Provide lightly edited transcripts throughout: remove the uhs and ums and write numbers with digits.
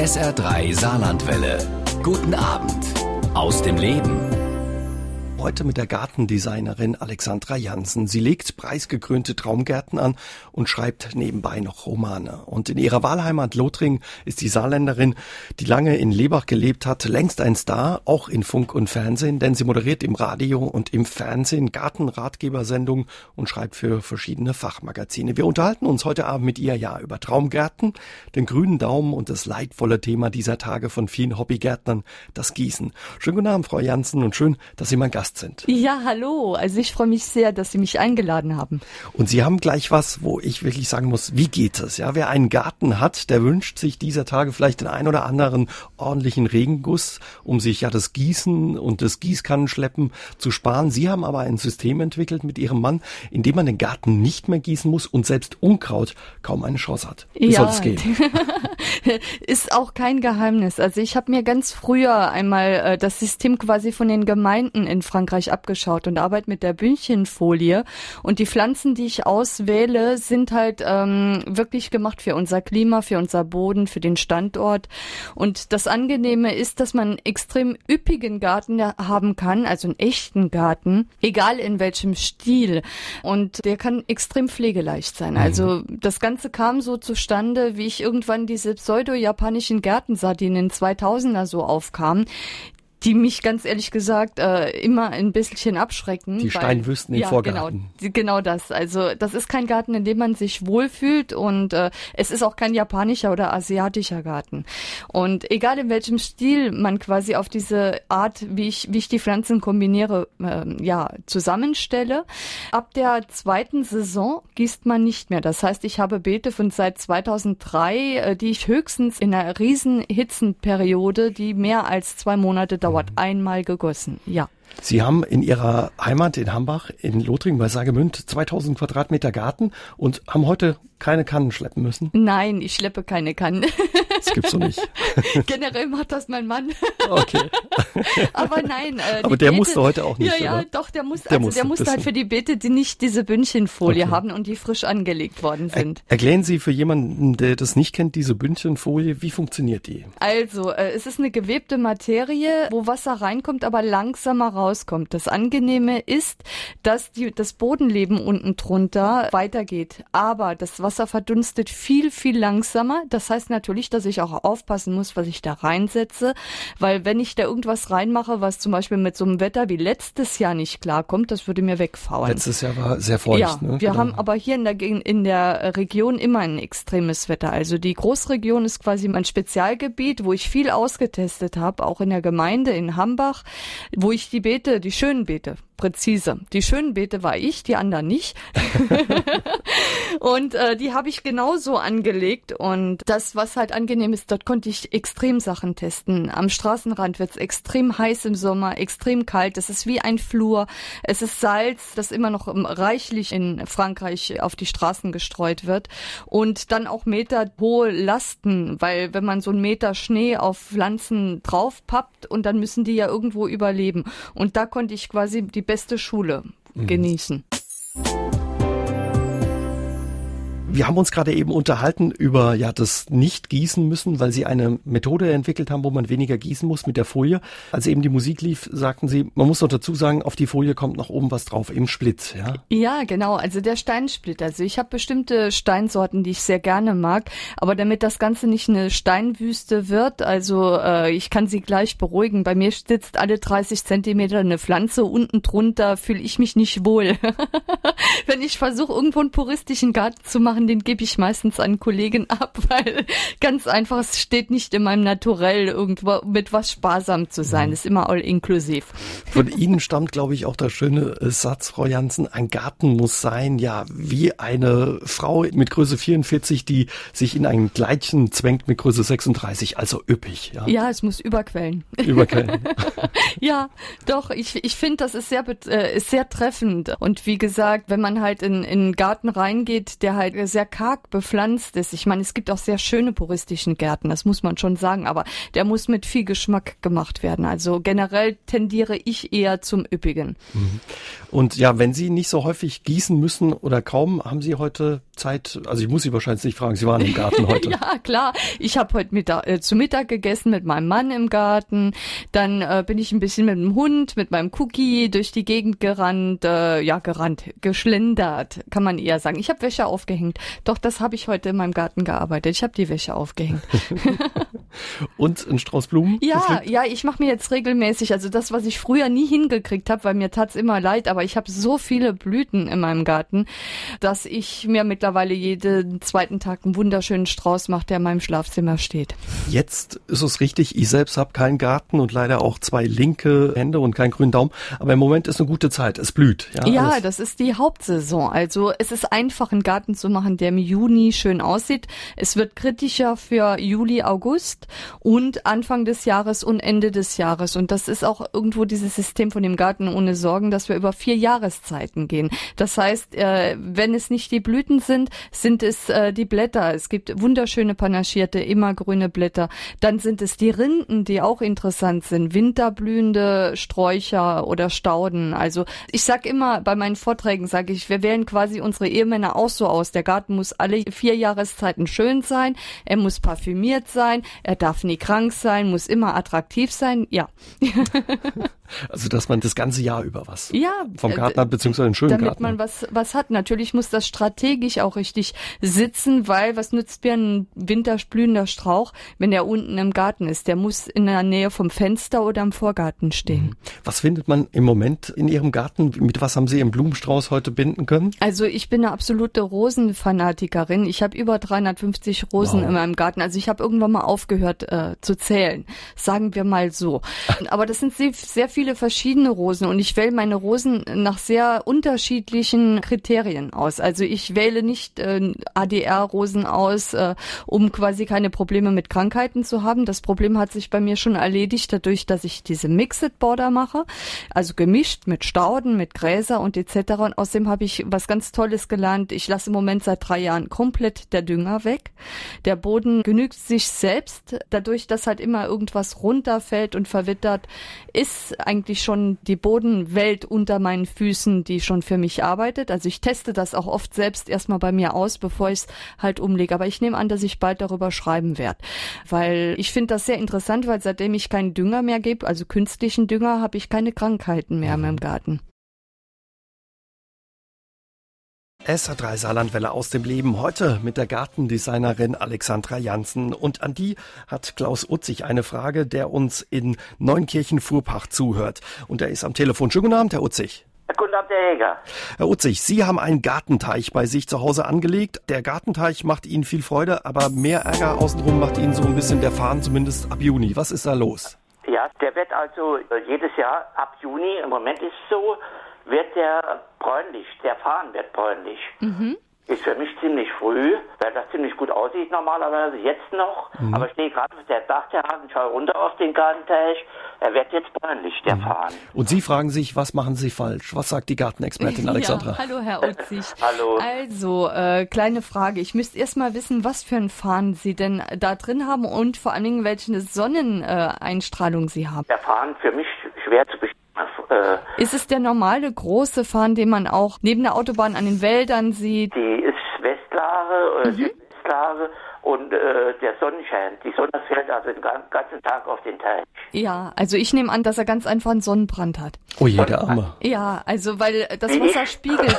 SR3 Saarlandwelle. Guten Abend aus dem Leben. Heute mit der Gartendesignerin Alexandra Jansen. Sie legt preisgekrönte Traumgärten an und schreibt nebenbei noch Romane. Und in ihrer Wahlheimat Lothringen ist die Saarländerin, die lange in Lebach gelebt hat, längst ein Star, auch in Funk und Fernsehen, denn sie moderiert im Radio und im Fernsehen Gartenratgebersendungen und schreibt für verschiedene Fachmagazine. Wir unterhalten uns heute Abend mit ihr über Traumgärten, den grünen Daumen und das leidvolle Thema dieser Tage von vielen Hobbygärtnern, das Gießen. Schönen guten Abend, Frau Jansen, und schön, dass Sie mein Gast sind. Ja, hallo. Also ich freue mich sehr, dass Sie mich eingeladen haben. Und Sie haben gleich was, wo ich wirklich sagen muss, wie geht es? Ja, wer einen Garten hat, der wünscht sich dieser Tage vielleicht den ein oder anderen ordentlichen Regenguss, um sich das Gießen und das Gießkannenschleppen zu sparen. Sie haben aber ein System entwickelt mit Ihrem Mann, in dem man den Garten nicht mehr gießen muss und selbst Unkraut kaum eine Chance hat. Wie soll es gehen? Ist auch kein Geheimnis. Also ich habe mir ganz früher einmal das System quasi von den Gemeinden in Frankreich abgeschaut und arbeite mit der Bündchenfolie. Und die Pflanzen, die ich auswähle, sind halt wirklich gemacht für unser Klima, für unser Boden, für den Standort. Und das Angenehme ist, dass man einen extrem üppigen Garten haben kann, also einen echten Garten, egal in welchem Stil. Und der kann extrem pflegeleicht sein. Also das Ganze kam so zustande, wie ich irgendwann diese pseudo-japanischen Gärten sah, die in den 2000er so aufkamen, die mich ganz ehrlich gesagt immer ein bisschen abschrecken. Die Steinwüsten im Vorgarten. Genau das. Also das ist kein Garten, in dem man sich wohlfühlt, und es ist auch kein japanischer oder asiatischer Garten. Und egal in welchem Stil man quasi auf diese Art, wie ich die Pflanzen kombiniere, zusammenstelle, ab der zweiten Saison gießt man nicht mehr. Das heißt, ich habe Beete von seit 2003, die ich höchstens in einer riesen Hitzenperiode, die mehr als 2 Monate dauert, einmal gegossen, ja. Sie haben in Ihrer Heimat in Hambach, in Lothringen bei Saargemünd, 2000 Quadratmeter Garten und haben heute keine Kannen schleppen müssen? Nein, ich schleppe keine Kannen. Das gibt's so nicht. Generell macht das mein Mann. Okay. Aber nein. Aber der musste heute auch nicht, Ja, oder? doch, der musste halt für die Beete, die nicht diese Bündchenfolie haben und die frisch angelegt worden sind. Erklären Sie für jemanden, der das nicht kennt, diese Bündchenfolie, wie funktioniert die? Also, es ist eine gewebte Materie, wo Wasser reinkommt, aber langsamer rauskommt. Das Angenehme ist, dass das Bodenleben unten drunter weitergeht. Aber das Wasser verdunstet viel, viel langsamer. Das heißt natürlich, dass ich auch aufpassen muss, was ich da reinsetze, weil wenn ich da irgendwas reinmache, was zum Beispiel mit so einem Wetter wie letztes Jahr nicht klarkommt, das würde mir wegfaulen. Letztes Jahr war sehr feucht. Ja, ne? Wir haben aber hier in der Region immer ein extremes Wetter. Also die Großregion ist quasi mein Spezialgebiet, wo ich viel ausgetestet habe, auch in der Gemeinde in Hambach, wo ich die schönen Beete, präzise. Die schönen Beete war ich, die anderen nicht. Und die habe ich genauso angelegt. Und das, was halt angenehm ist, dort konnte ich extrem Sachen testen. Am Straßenrand wird es extrem heiß im Sommer, extrem kalt. Es ist wie ein Flur. Es ist Salz, das immer noch reichlich in Frankreich auf die Straßen gestreut wird. Und dann auch meterhohe Lasten, weil wenn man so einen Meter Schnee auf Pflanzen draufpappt und dann müssen die ja irgendwo überleben. Und da konnte ich quasi die beste Schule genießen. Wir haben uns gerade eben unterhalten über das Nicht-Gießen müssen, weil Sie eine Methode entwickelt haben, wo man weniger gießen muss mit der Folie. Als eben die Musik lief, sagten Sie, man muss noch dazu sagen, auf die Folie kommt noch oben was drauf, im Splitt. Ja, genau, also der Steinsplitt. Also ich habe bestimmte Steinsorten, die ich sehr gerne mag, aber damit das Ganze nicht eine Steinwüste wird, also ich kann Sie gleich beruhigen, bei mir sitzt alle 30 Zentimeter eine Pflanze, unten drunter fühle ich mich nicht wohl. Wenn ich versuche, irgendwo einen puristischen Garten zu machen, den gebe ich meistens an Kollegen ab, weil ganz einfach, es steht nicht in meinem Naturell, irgendwo mit was sparsam zu sein. Ist immer all inklusiv. Von Ihnen stammt, glaube ich, auch der schöne Satz, Frau Jansen, ein Garten muss sein, wie eine Frau mit Größe 44, die sich in ein Kleidchen zwängt mit Größe 36, also üppig. Ja, es muss überquellen. Überquellen. Ja, doch, ich finde, das ist sehr treffend. Und wie gesagt, wenn man halt in einen Garten reingeht, der halt sehr karg bepflanzt ist. Ich meine, es gibt auch sehr schöne puristischen Gärten, das muss man schon sagen, aber der muss mit viel Geschmack gemacht werden. Also generell tendiere ich eher zum Üppigen. Und ja, wenn Sie nicht so häufig gießen müssen oder kaum, haben Sie heute Zeit, also ich muss Sie wahrscheinlich nicht fragen, Sie waren im Garten heute. Ja, klar. Ich habe heute zu Mittag gegessen mit meinem Mann im Garten. Dann bin ich ein bisschen mit dem Hund, mit meinem Cookie durch die Gegend geschlendert, kann man eher sagen. Ich habe Wäsche aufgehängt. Doch, das habe ich heute in meinem Garten gearbeitet. Ich habe die Wäsche aufgehängt. Und ein Strauß Blumen? Ja, ich mache mir jetzt regelmäßig, also das, was ich früher nie hingekriegt habe, weil mir tat's immer leid, aber ich habe so viele Blüten in meinem Garten, dass ich mir mittlerweile jeden zweiten Tag einen wunderschönen Strauß mache, der in meinem Schlafzimmer steht. Jetzt ist es richtig, ich selbst habe keinen Garten und leider auch 2 linke Hände und keinen grünen Daumen, aber im Moment ist eine gute Zeit, es blüht. Ja, das ist die Hauptsaison, also es ist einfach, einen Garten zu machen, der im Juni schön aussieht. Es wird kritischer für Juli, August und Anfang des Jahres und Ende des Jahres, und das ist auch irgendwo dieses System von dem Garten ohne Sorgen, dass wir über 4 Jahreszeiten gehen. Das heißt, wenn es nicht die Blüten sind es die Blätter. Es gibt wunderschöne panaschierte, immergrüne Blätter. Dann sind es die Rinden, die auch interessant sind. Winterblühende Sträucher oder Stauden. Also ich sag immer, bei meinen Vorträgen sage ich, wir wählen quasi unsere Ehemänner auch so aus. Der Garten muss alle 4 Jahreszeiten schön sein. Er muss parfümiert sein. Er darf nie krank sein, muss immer attraktiv sein. Ja. Also, dass man das ganze Jahr über was vom Garten hat, beziehungsweise einen schönen damit Garten. Damit man was hat. Natürlich muss das strategisch auch richtig sitzen, weil was nützt mir ein winterblühender Strauch, wenn der unten im Garten ist? Der muss in der Nähe vom Fenster oder im Vorgarten stehen. Was findet man im Moment in Ihrem Garten? Mit was haben Sie Ihren Blumenstrauß heute binden können? Also ich bin eine absolute Rosenfanatikerin. Ich habe über 350 Rosen in meinem Garten. Also ich habe irgendwann mal aufgehört zu zählen. Sagen wir mal so. Aber das sind sehr viele verschiedene Rosen und ich wähle meine Rosen nach sehr unterschiedlichen Kriterien aus. Also ich wähle nicht ADR-Rosen aus, um quasi keine Probleme mit Krankheiten zu haben. Das Problem hat sich bei mir schon erledigt, dadurch, dass ich diese Mixed Border mache, also gemischt mit Stauden, mit Gräser und etc. Und außerdem habe ich was ganz Tolles gelernt. Ich lasse im Moment seit 3 Jahren komplett der Dünger weg. Der Boden genügt sich selbst. Dadurch, dass halt immer irgendwas runterfällt und verwittert, ist eigentlich schon die Bodenwelt unter meinen Füßen, die schon für mich arbeitet. Also ich teste das auch oft selbst erstmal bei mir aus, bevor ich es halt umlege. Aber ich nehme an, dass ich bald darüber schreiben werde. Weil ich finde das sehr interessant, weil seitdem ich keinen Dünger mehr gebe, also künstlichen Dünger, habe ich keine Krankheiten mehr in meinem Garten. SR3 Saarlandwelle aus dem Leben. Heute mit der Gartendesignerin Alexandra Jansen. Und an die hat Klaus Utzig eine Frage, der uns in Neunkirchen-Fuhrpach zuhört. Und er ist am Telefon. Schönen guten Abend, Herr Utzig. Guten Abend, Herr Jäger. Herr Utzig, Sie haben einen Gartenteich bei sich zu Hause angelegt. Der Gartenteich macht Ihnen viel Freude, aber mehr Ärger außenrum macht Ihnen so ein bisschen der Farn, zumindest ab Juni. Was ist da los? Ja, der wird also jedes Jahr ab Juni, im Moment ist es so, wird der bräunlich, der Farn wird bräunlich. Mhm. Ist für mich ziemlich früh, weil das ziemlich gut aussieht normalerweise, jetzt noch. Aber ich stehe gerade auf der Dachterrasse, schaue runter auf den Gartenteich. Er wird jetzt bräunlich, der Farn. Und Sie fragen sich, was machen Sie falsch? Was sagt die Gartenexpertin Alexandra? Ja, hallo Herr Utzig. Hallo. Also, kleine Frage. Ich müsste erst mal wissen, was für einen Farn Sie denn da drin haben und vor allen Dingen, welche Sonneneinstrahlung Sie haben. Der Farn für mich schwer zu bestimmen. Ist es der normale große Farn, den man auch neben der Autobahn an den Wäldern sieht? Die ist Westlage oder Südwestlage und der Sonnenschein, die Sonne fällt also den ganzen Tag auf den Teich. Ja, also ich nehme an, dass er ganz einfach einen Sonnenbrand hat. Oh je, der Arme. Ja, also weil das Wasser spiegelt.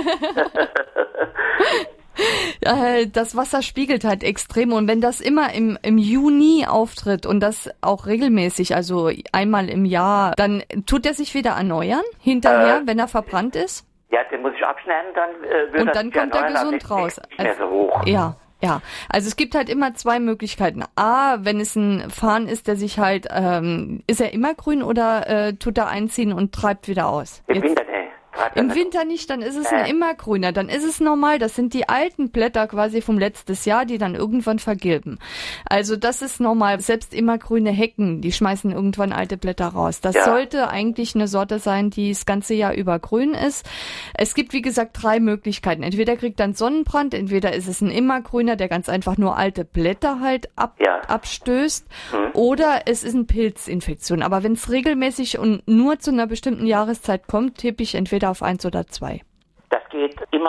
Das Wasser spiegelt halt extrem und wenn das immer im Juni auftritt und das auch regelmäßig, also einmal im Jahr, dann tut er sich wieder erneuern hinterher, wenn er verbrannt ist? Ja, den muss ich abschneiden, dann wird und dann kommt er gesund raus. Nicht mehr so hoch. Ja. Also es gibt halt immer 2 Möglichkeiten. A, wenn es ein Farn ist, der sich halt, ist er immer grün oder tut er einziehen und treibt wieder aus? Im Winter, nee. Im Winter nicht, dann ist es ein immergrüner, dann ist es normal, das sind die alten Blätter quasi vom letztes Jahr, die dann irgendwann vergilben. Also das ist normal, selbst immergrüne Hecken, die schmeißen irgendwann alte Blätter raus. Das sollte eigentlich eine Sorte sein, die das ganze Jahr über grün ist. Es gibt, wie gesagt, 3 Möglichkeiten. Entweder kriegt er einen Sonnenbrand, entweder ist es ein immergrüner, der ganz einfach nur alte Blätter halt abstößt, oder es ist eine Pilzinfektion. Aber wenn es regelmäßig und nur zu einer bestimmten Jahreszeit kommt, tippe ich entweder auf 1 oder 2. Das geht immer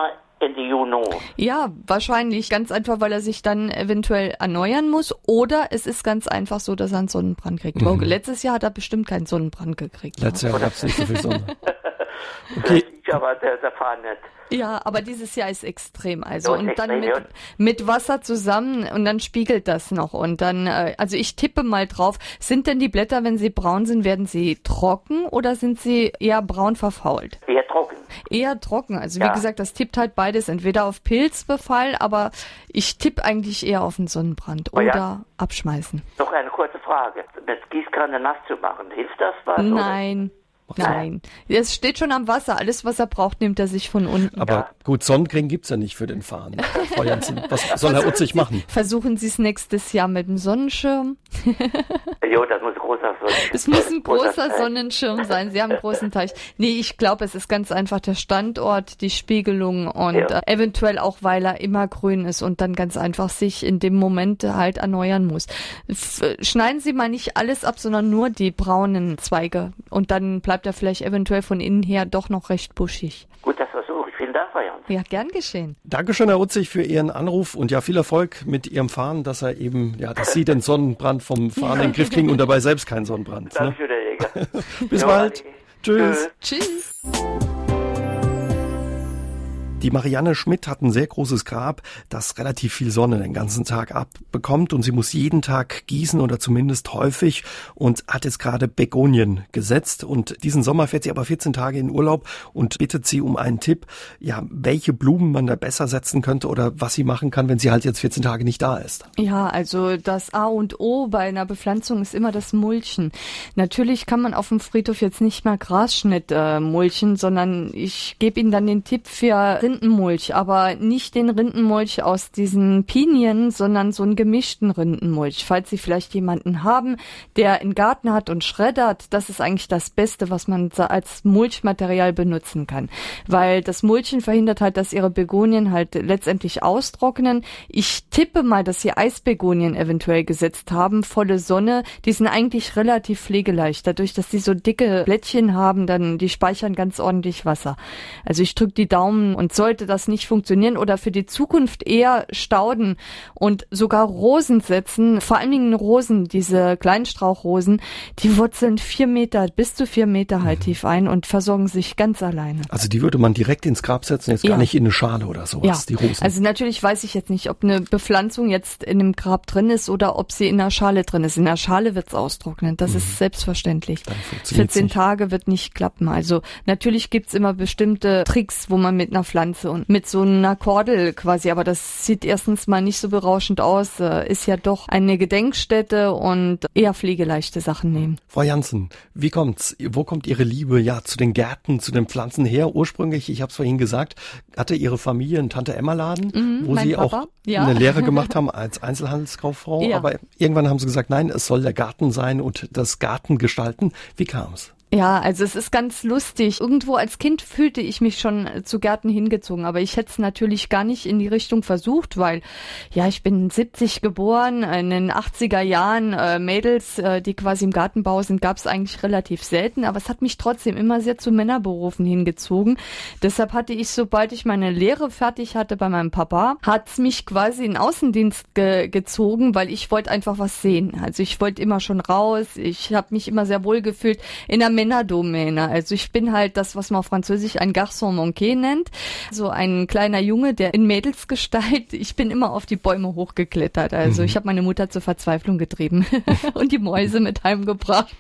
Ende Juni. Ja, wahrscheinlich. Ganz einfach, weil er sich dann eventuell erneuern muss. Oder es ist ganz einfach so, dass er einen Sonnenbrand kriegt. Letztes Jahr hat er bestimmt keinen Sonnenbrand gekriegt. Letztes Jahr gab es nicht so viel Sonne. Okay. Ich aber der Fahrt nicht. Ja, aber dieses Jahr ist extrem. Also Ja, und dann extrem, mit Wasser zusammen und dann spiegelt das noch. Und dann, also ich tippe mal drauf, sind denn die Blätter, wenn sie braun sind, werden sie trocken oder sind sie eher braun verfault? Eher trocken. Eher trocken. Also wie gesagt, das tippt halt beides, entweder auf Pilzbefall, aber ich tippe eigentlich eher auf einen Sonnenbrand oder abschmeißen. Noch eine kurze Frage. Mit Gießkanne nass zu machen, hilft das was? Nein. Nein, es steht schon am Wasser. Alles, was er braucht, nimmt er sich von unten. Aber gut, Sonnencreme gibt's ja nicht für den Fahren. Frau Jansen, was soll Herr Utzig machen? Versuchen Sie es nächstes Jahr mit dem Sonnenschirm. Jo, das muss ein großer Sonnenschirm. Es muss ein großer Sonnenschirm sein. Sie haben einen großen Teich. Nee, ich glaube, es ist ganz einfach der Standort, die Spiegelung und eventuell auch, weil er immer grün ist und dann ganz einfach sich in dem Moment halt erneuern muss. Schneiden Sie mal nicht alles ab, sondern nur die braunen Zweige und dann bleibt er vielleicht eventuell von innen her doch noch recht buschig. Gut, das versuche ich. Vielen Dank, Frau Jansen. Ja, gern geschehen. Dankeschön, Herr Utzig, für Ihren Anruf und ja, viel Erfolg mit Ihrem Fahren, dass Sie den Sonnenbrand vom Fahren in den Griff kriegen und dabei selbst keinen Sonnenbrand. Dankeschön, Herr Jäger. Bis bald. Tschüss. Tschüss. Die Marianne Schmidt hat ein sehr großes Grab, das relativ viel Sonne den ganzen Tag abbekommt und sie muss jeden Tag gießen oder zumindest häufig und hat jetzt gerade Begonien gesetzt und diesen Sommer fährt sie aber 14 Tage in Urlaub und bittet sie um einen Tipp, ja, welche Blumen man da besser setzen könnte oder was sie machen kann, wenn sie halt jetzt 14 Tage nicht da ist. Ja, also das A und O bei einer Bepflanzung ist immer das Mulchen. Natürlich kann man auf dem Friedhof jetzt nicht mehr Grasschnitt mulchen, sondern ich gebe Ihnen dann den Tipp für Rindenmulch, aber nicht den Rindenmulch aus diesen Pinien, sondern so einen gemischten Rindenmulch. Falls Sie vielleicht jemanden haben, der einen Garten hat und schreddert, das ist eigentlich das Beste, was man als Mulchmaterial benutzen kann. Weil das Mulchen verhindert halt, dass Ihre Begonien halt letztendlich austrocknen. Ich tippe mal, dass Sie Eisbegonien eventuell gesetzt haben, volle Sonne. Die sind eigentlich relativ pflegeleicht. Dadurch, dass sie so dicke Blättchen haben, dann die speichern ganz ordentlich Wasser. Also ich drücke die Daumen und sollte das nicht funktionieren oder für die Zukunft eher Stauden und sogar Rosen setzen, vor allen Dingen Rosen, diese Kleinstrauchrosen, die wurzeln bis zu 4 Meter halt tief ein und versorgen sich ganz alleine. Also die würde man direkt ins Grab setzen, jetzt gar nicht in eine Schale oder sowas, die Rosen. Also natürlich weiß ich jetzt nicht, ob eine Bepflanzung jetzt in einem Grab drin ist oder ob sie in einer Schale drin ist. In der Schale wird's austrocknen, das ist selbstverständlich. 14 Tage wird nicht klappen. Also natürlich gibt's immer bestimmte Tricks, wo man mit einer Pflanze und mit so einer Kordel quasi, aber das sieht erstens mal nicht so berauschend aus, ist ja doch eine Gedenkstätte und eher pflegeleichte Sachen nehmen. Frau Jansen, wie kommt's? Wo kommt Ihre Liebe zu den Gärten, zu den Pflanzen her? Ursprünglich, ich habe es vorhin gesagt, hatte Ihre Familie einen Tante-Emma-Laden, wo Sie Papa, auch eine Lehre gemacht haben als Einzelhandelskauffrau, aber irgendwann haben Sie gesagt, nein, es soll der Garten sein und das Garten gestalten. Wie kam's? Ja, also es ist ganz lustig. Irgendwo als Kind fühlte ich mich schon zu Gärten hingezogen, aber ich hätte es natürlich gar nicht in die Richtung versucht, weil ich bin 70 geboren, in den 80er Jahren Mädels, die quasi im Gartenbau sind, gab es eigentlich relativ selten, aber es hat mich trotzdem immer sehr zu Männerberufen hingezogen. Deshalb hatte ich, sobald ich meine Lehre fertig hatte bei meinem Papa, hat es mich quasi in Außendienst gezogen, weil ich wollte einfach was sehen. Also ich wollte immer schon raus, ich habe mich immer sehr wohl gefühlt in der Männerdomäne. Also ich bin halt das, was man auf Französisch ein Garçon manqué nennt. So ein kleiner Junge, der in Mädelsgestalt, ich bin immer auf die Bäume hochgeklettert. Also ich habe meine Mutter zur Verzweiflung getrieben und die Mäuse mit heimgebracht.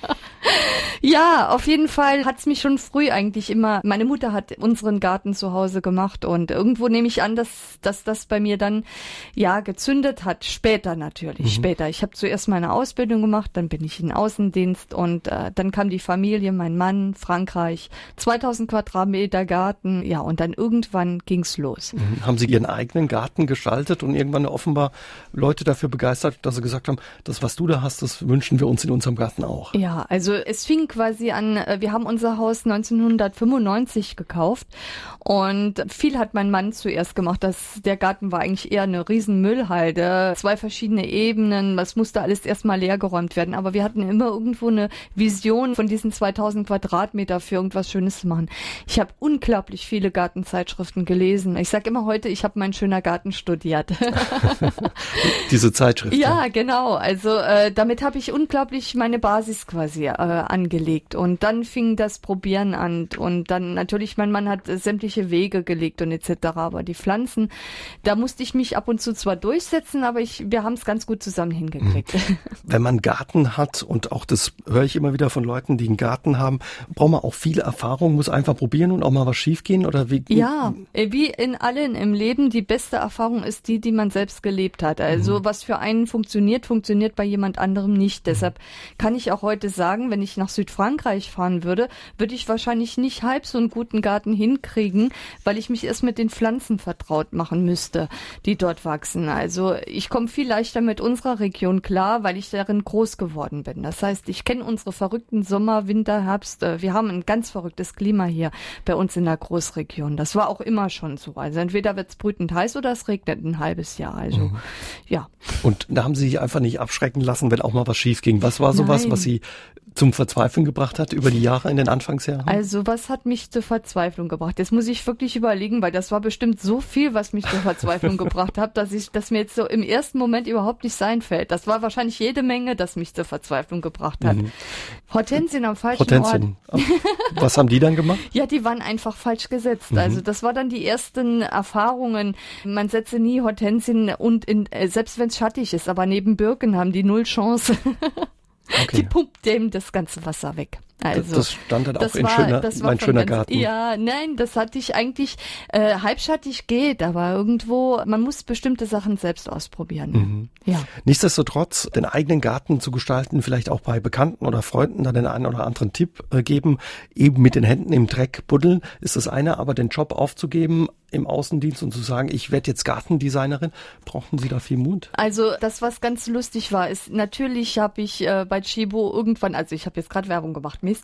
Ja, auf jeden Fall hat's mich schon früh eigentlich immer, meine Mutter hat unseren Garten zu Hause gemacht und irgendwo nehme ich an, dass das bei mir dann gezündet hat. Später natürlich, später. Ich habe zuerst meine Ausbildung gemacht, dann bin ich in den Außendienst und dann kam die Familie, mein Mann, Frankreich, 2000 Quadratmeter Garten, und dann irgendwann ging's los. Haben Sie Ihren eigenen Garten gestaltet und irgendwann offenbar Leute dafür begeistert, dass sie gesagt haben, das, was du da hast, das wünschen wir uns in unserem Garten auch? Ja, also es fing quasi an, wir haben unser Haus 1995 gekauft und viel hat mein Mann zuerst gemacht. Der Garten war eigentlich eher eine riesen Müllhalde, 2 verschiedene Ebenen, das musste alles erstmal leergeräumt werden, aber wir hatten immer irgendwo eine Vision von diesem diesen 2000 Quadratmeter für irgendwas Schönes zu machen. Ich habe unglaublich viele Gartenzeitschriften gelesen. Ich sage immer heute, ich habe Mein schöner Garten studiert. Diese Zeitschrift. Ja, genau. Also damit habe ich unglaublich meine Basis quasi angelegt. Und dann fing das Probieren an. Und dann natürlich, mein Mann hat sämtliche Wege gelegt und etc. Aber die Pflanzen, da musste ich mich ab und zu zwar durchsetzen, aber wir haben es ganz gut zusammen hingekriegt. Wenn man einen Garten hat, und auch das höre ich immer wieder von Leuten, die einen Garten haben, braucht man auch viel Erfahrung, muss einfach probieren und auch mal was schiefgehen? Oder wie? Ja, wie in allen im Leben, die beste Erfahrung ist die man selbst gelebt hat. Also was für einen funktioniert bei jemand anderem nicht. Deshalb kann ich auch heute sagen, wenn ich nach Südfrankreich fahren würde ich wahrscheinlich nicht halb so einen guten Garten hinkriegen, weil ich mich erst mit den Pflanzen vertraut machen müsste, die dort wachsen. Also ich komme viel leichter mit unserer Region klar, weil ich darin groß geworden bin. Das heißt, ich kenne unsere verrückten Sommer, Winter, Herbst. Wir haben ein ganz verrücktes Klima hier bei uns in der Großregion. Das war auch immer schon so. Also entweder wird es brütend heiß oder es regnet ein halbes Jahr. Also ja. Und da haben Sie sich einfach nicht abschrecken lassen, wenn auch mal was schief ging. Was war sowas, was Sie zum Verzweifeln gebracht hat über die Jahre in den Anfangsjahren? Also was hat mich zur Verzweiflung gebracht? Jetzt muss ich wirklich überlegen, weil das war bestimmt so viel, was mich zur Verzweiflung gebracht hat, dass mir jetzt so im ersten Moment überhaupt nicht einfällt. Das war wahrscheinlich jede Menge, das mich zur Verzweiflung gebracht hat. Hortensien am falschen Ort. Was haben die dann gemacht? Ja, die waren einfach falsch gesetzt. Also das war dann die ersten Erfahrungen. Man setze nie Hortensien und selbst wenn es schattig ist, aber neben Birken haben die null Chance. Okay. Die pumpt dem das ganze Wasser weg. Also, das stand dann auch in Mein schöner Garten. Ja, nein, das hatte ich eigentlich, halbschattig geht, aber irgendwo, man muss bestimmte Sachen selbst ausprobieren. Ja. Nichtsdestotrotz, den eigenen Garten zu gestalten, vielleicht auch bei Bekannten oder Freunden dann den einen oder anderen Tipp geben, eben mit den Händen im Dreck buddeln, ist das eine, aber den Job aufzugeben im Außendienst und zu sagen, ich werde jetzt Gartendesignerin, brauchen Sie da viel Mut? Also das, was ganz lustig war, ist, natürlich habe ich bei Tchibo irgendwann, also ich habe jetzt gerade Werbung gemacht, Mist.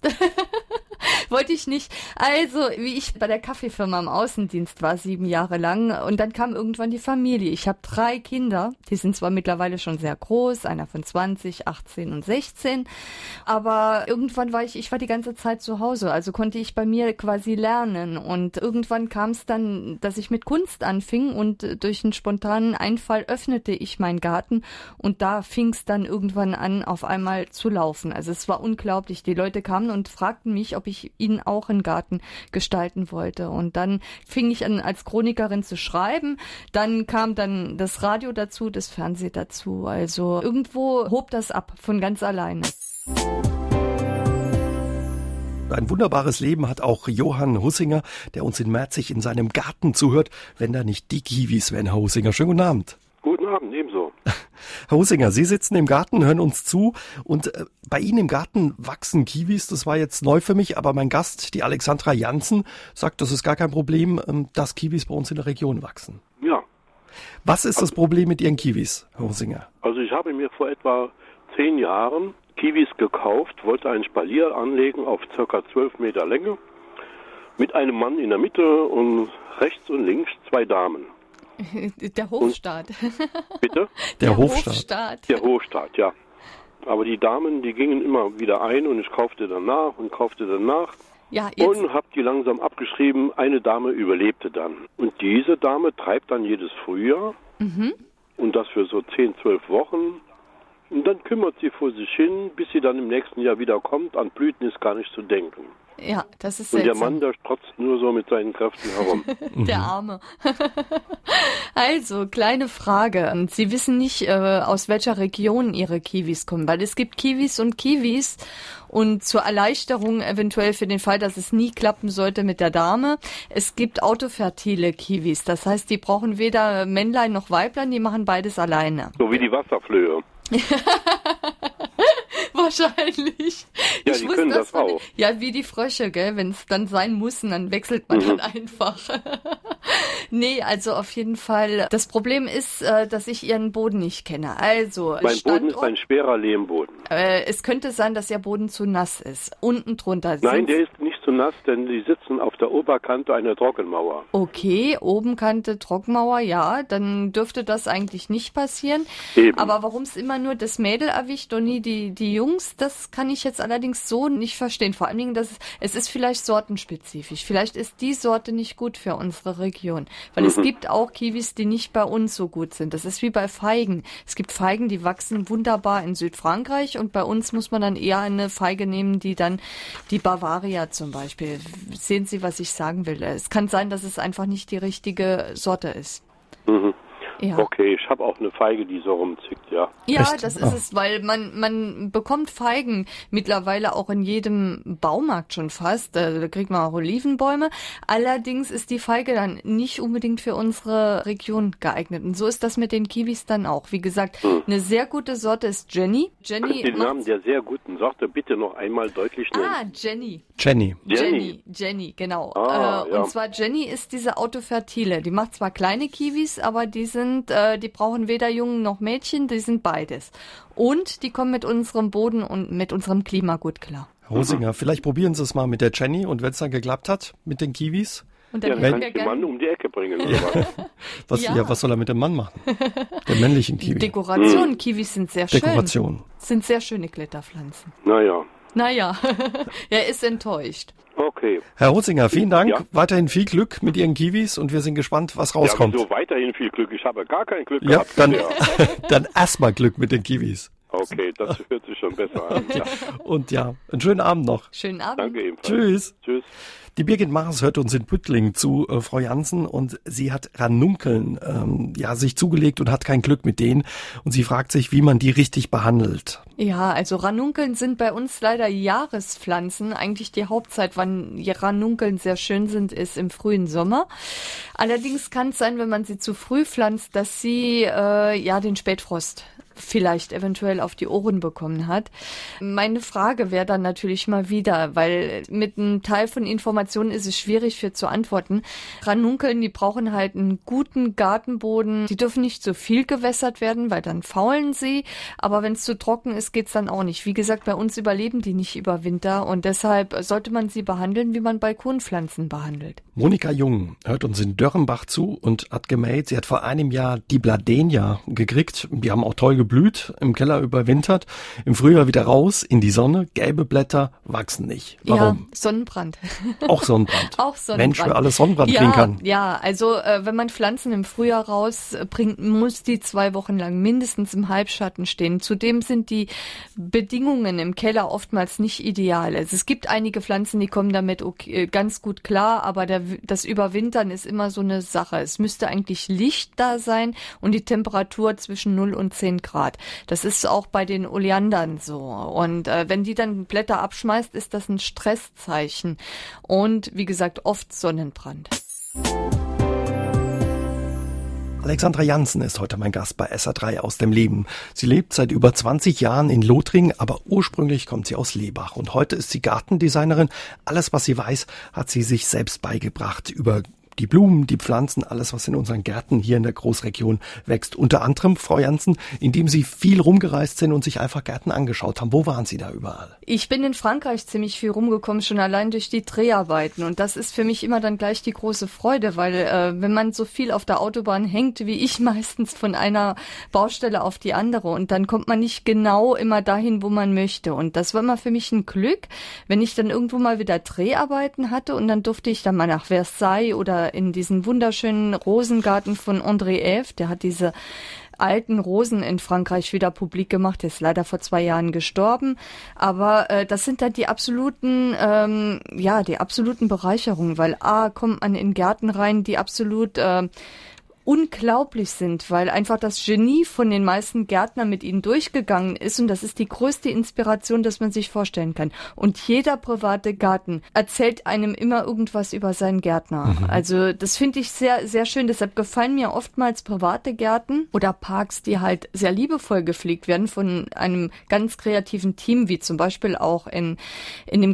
Wollte ich nicht. Also, wie ich bei der Kaffeefirma im Außendienst war, 7 Jahre lang, und dann kam irgendwann die Familie. Ich habe 3 Kinder, die sind zwar mittlerweile schon sehr groß, einer von 20, 18 und 16, aber irgendwann war ich war die ganze Zeit zu Hause, also konnte ich bei mir quasi lernen, und irgendwann kam es dann, dass ich mit Kunst anfing, und durch einen spontanen Einfall öffnete ich meinen Garten, und da fing es dann irgendwann an, auf einmal zu laufen. Also es war unglaublich. Die Leute kamen und fragten mich, ob ich ihnen auch einen Garten gestalten wollte. Und dann fing ich an, als Chronikerin zu schreiben. Dann kam dann das Radio dazu, das Fernsehen dazu. Also irgendwo hob das ab von ganz alleine. Ein wunderbares Leben hat auch Johann Hussinger, der uns in Merzig in seinem Garten zuhört, wenn da nicht die Kiwis wären, Herr Hussinger. Schönen guten Abend. Guten Abend, ebenso. Herr Hussinger, Sie sitzen im Garten, hören uns zu, und bei Ihnen im Garten wachsen Kiwis. Das war jetzt neu für mich, aber mein Gast, die Alexandra Jansen, sagt, das ist gar kein Problem, dass Kiwis bei uns in der Region wachsen. Ja. Was ist das Problem mit Ihren Kiwis, Herr Hussinger? Also ich habe mir vor etwa 10 Jahren Kiwis gekauft, wollte einen Spalier anlegen auf ca. 12 Meter Länge mit einem Mann in der Mitte und rechts und links 2 Damen. Der Hofstaat. Bitte? Der Hofstaat. Der Hofstaat, ja. Aber die Damen, die gingen immer wieder ein, und ich kaufte dann nach. Ja, jetzt. Und habe die langsam abgeschrieben. Eine Dame überlebte dann. Und diese Dame treibt dann jedes Frühjahr. Und das für so 10, 12 Wochen. Und dann kümmert sie vor sich hin, bis sie dann im nächsten Jahr wieder kommt. An Blüten ist gar nicht zu denken. Ja, das ist seltsam. Und der Mann, der strotzt nur so mit seinen Kräften herum. Der Arme. Also, kleine Frage. Sie wissen nicht, aus welcher Region Ihre Kiwis kommen, weil es gibt Kiwis und Kiwis. Und zur Erleichterung eventuell für den Fall, dass es nie klappen sollte mit der Dame, es gibt autofertile Kiwis. Das heißt, die brauchen weder Männlein noch Weiblein, die machen beides alleine. So wie die Wasserflöhe. Wahrscheinlich. Ja, die können das auch. Ja, wie die Frösche, gell? Wenn es dann sein muss, dann wechselt man dann einfach. Nee, also auf jeden Fall. Das Problem ist, dass ich Ihren Boden nicht kenne. Also mein Boden ist ein schwerer Lehmboden. Es könnte sein, dass Ihr Boden zu nass ist. Unten drunter. Nein, der ist nicht zu nass, denn die sitzen auf der Oberkante einer Trockenmauer. Okay, Obenkante Trockenmauer, ja, dann dürfte das eigentlich nicht passieren. Eben. Aber warum es immer nur das Mädel erwischt und nie die Jungs, das kann ich jetzt allerdings so nicht verstehen. Vor allen Dingen, es ist vielleicht sortenspezifisch. Vielleicht ist die Sorte nicht gut für unsere Region. Weil es gibt auch Kiwis, die nicht bei uns so gut sind. Das ist wie bei Feigen. Es gibt Feigen, die wachsen wunderbar in Südfrankreich und bei uns muss man dann eher eine Feige nehmen, die Bavaria zum Beispiel. Sehen Sie, was ich sagen will? Es kann sein, dass es einfach nicht die richtige Sorte ist. Mhm. Ja. Okay, ich habe auch eine Feige, die so rumzickt, ja. Ja, Echt? das ist es, weil man bekommt Feigen mittlerweile auch in jedem Baumarkt schon fast. Da kriegt man auch Olivenbäume. Allerdings ist die Feige dann nicht unbedingt für unsere Region geeignet. Und so ist das mit den Kiwis dann auch. Wie gesagt, eine sehr gute Sorte ist Jenny. Jenny den Namen der sehr guten Sorte bitte noch einmal deutlich nennen. Jenny, genau. Ja. Und zwar Jenny ist diese Autofertile. Die macht zwar kleine Kiwis, aber die brauchen weder Jungen noch Mädchen, die sind beides. Und die kommen mit unserem Boden und mit unserem Klima gut klar. Herr Rosinger, vielleicht probieren Sie es mal mit der Jenny und wenn es dann geklappt hat mit den Kiwis? Und dann kann ich den Mann um die Ecke bringen. Oder was soll er mit dem Mann machen? Der männlichen Kiwi. Dekoration. Kiwis sind sehr schön. Dekoration. Sind sehr schöne Kletterpflanzen. Naja, er ist enttäuscht. Okay. Herr Rosinger, vielen Dank. Ja. Weiterhin viel Glück mit Ihren Kiwis und wir sind gespannt, was rauskommt. Ja, so weiterhin viel Glück. Ich habe gar kein Glück Ja, gehabt. dann erstmal Glück mit den Kiwis. Okay, das hört sich schon besser an. Ja. Und ja, einen schönen Abend noch. Schönen Abend. Danke ebenfalls. Tschüss. Tschüss. Die Birgit Maas hört uns in Püttling zu, Frau Jansen, und sie hat Ranunkeln sich zugelegt und hat kein Glück mit denen. Und sie fragt sich, wie man die richtig behandelt. Ja, also Ranunkeln sind bei uns leider Jahrespflanzen. Eigentlich die Hauptzeit, wann Ranunkeln sehr schön sind, ist im frühen Sommer. Allerdings kann es sein, wenn man sie zu früh pflanzt, dass sie den Spätfrost vielleicht eventuell auf die Ohren bekommen hat. Meine Frage wäre dann natürlich mal wieder, weil mit einem Teil von Informationen ist es schwierig für zu antworten. Ranunkeln, die brauchen halt einen guten Gartenboden. Die dürfen nicht so viel gewässert werden, weil dann faulen sie. Aber wenn es zu trocken ist, geht's dann auch nicht. Wie gesagt, bei uns überleben die nicht über Winter und deshalb sollte man sie behandeln, wie man Balkonpflanzen behandelt. Monika Jung hört uns in Dörrenbach zu und hat gemeldet, sie hat vor einem Jahr die Bladenia gekriegt. Die haben auch toll geblüht, im Keller überwintert, im Frühjahr wieder raus, in die Sonne, gelbe Blätter wachsen nicht. Warum? Ja, Sonnenbrand. Auch Sonnenbrand. Auch Sonnenbrand. Mensch, wer alles Sonnenbrand kriegen kann. Ja, also wenn man Pflanzen im Frühjahr rausbringt, muss die 2 Wochen lang mindestens im Halbschatten stehen. Zudem sind die Bedingungen im Keller oftmals nicht ideal. Also es gibt einige Pflanzen, die kommen damit ganz gut klar, aber das Überwintern ist immer so eine Sache. Es müsste eigentlich Licht da sein und die Temperatur zwischen 0 und 10 Grad. Das ist auch bei den Oleandern so. Und wenn die dann Blätter abschmeißt, ist das ein Stresszeichen. Und wie gesagt, oft Sonnenbrand. Alexandra Jansen ist heute mein Gast bei SA3 aus dem Leben. Sie lebt seit über 20 Jahren in Lothringen, aber ursprünglich kommt sie aus Lebach. Und heute ist sie Gartendesignerin. Alles, was sie weiß, hat sie sich selbst beigebracht über die Blumen, die Pflanzen, alles, was in unseren Gärten hier in der Großregion wächst. Unter anderem, Frau Jansen, indem Sie viel rumgereist sind und sich einfach Gärten angeschaut haben. Wo waren Sie da überall? Ich bin in Frankreich ziemlich viel rumgekommen, schon allein durch die Dreharbeiten. Und das ist für mich immer dann gleich die große Freude, weil wenn man so viel auf der Autobahn hängt, wie ich meistens von einer Baustelle auf die andere, und dann kommt man nicht genau immer dahin, wo man möchte. Und das war immer für mich ein Glück, wenn ich dann irgendwo mal wieder Dreharbeiten hatte und dann durfte ich dann mal nach Versailles oder in diesen wunderschönen Rosengarten von André Eve. Der hat diese alten Rosen in Frankreich wieder publik gemacht. Der ist leider vor 2 Jahren gestorben. Aber das sind dann die absoluten Bereicherungen, weil kommt man in Gärten rein, die absolut unglaublich sind, weil einfach das Genie von den meisten Gärtnern mit ihnen durchgegangen ist, und das ist die größte Inspiration, das man sich vorstellen kann. Und jeder private Garten erzählt einem immer irgendwas über seinen Gärtner. Also das finde ich sehr, sehr schön. Deshalb gefallen mir oftmals private Gärten oder Parks, die halt sehr liebevoll gepflegt werden von einem ganz kreativen Team, wie zum Beispiel auch in dem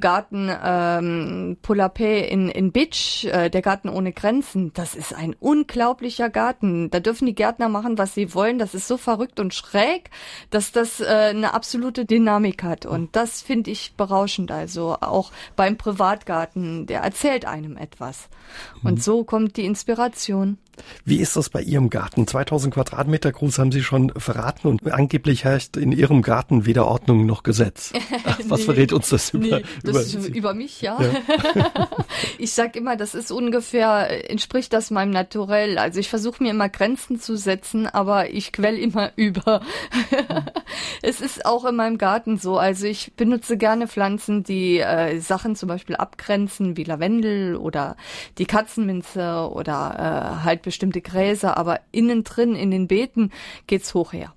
Garten Poulapé in Bitsch, der Garten ohne Grenzen. Das ist ein unglaublicher Garten. Garten. Da dürfen die Gärtner machen, was sie wollen. Das ist so verrückt und schräg, dass das eine absolute Dynamik hat. Und das finde ich berauschend. Also auch beim Privatgarten, der erzählt einem etwas. Und so kommt die Inspiration. Wie ist das bei Ihrem Garten? 2000 Quadratmeter groß haben Sie schon verraten und angeblich herrscht in Ihrem Garten weder Ordnung noch Gesetz. Was verrät uns das über mich, ja. Ich sag immer, das ist ungefähr, entspricht das meinem Naturell. Also ich versuche mir immer Grenzen zu setzen, aber ich quell immer über. Es ist auch in meinem Garten so. Also ich benutze gerne Pflanzen, die Sachen zum Beispiel abgrenzen, wie Lavendel oder die Katzenminze oder halt bestimmte Gräser, aber innen drin in den Beeten geht's hoch her.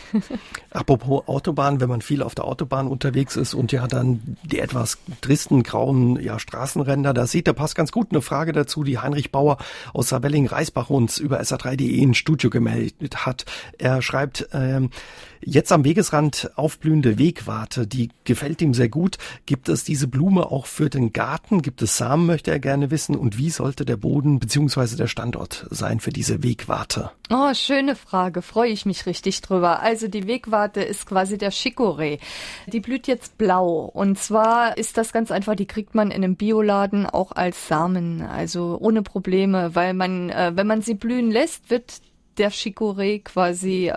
Apropos Autobahn, wenn man viel auf der Autobahn unterwegs ist und ja dann die etwas tristen grauen Straßenränder da sieht, da passt ganz gut eine Frage dazu, die Heinrich Bauer aus Saarwelling-Reisbach uns über SR3.de ins Studio gemeldet hat. Er schreibt, jetzt am Wegesrand aufblühende Wegwarte, die gefällt ihm sehr gut. Gibt es diese Blume auch für den Garten? Gibt es Samen, möchte er gerne wissen. Und wie sollte der Boden bzw. der Standort sein für diese Wegwarte? Oh, schöne Frage, freue ich mich richtig drüber. Also die Wegwarte ist quasi der Chicorée. Die blüht jetzt blau. Und zwar ist das ganz einfach, die kriegt man in einem Bioladen auch als Samen, also ohne Probleme, weil man, wenn man sie blühen lässt, wird der Chicorée quasi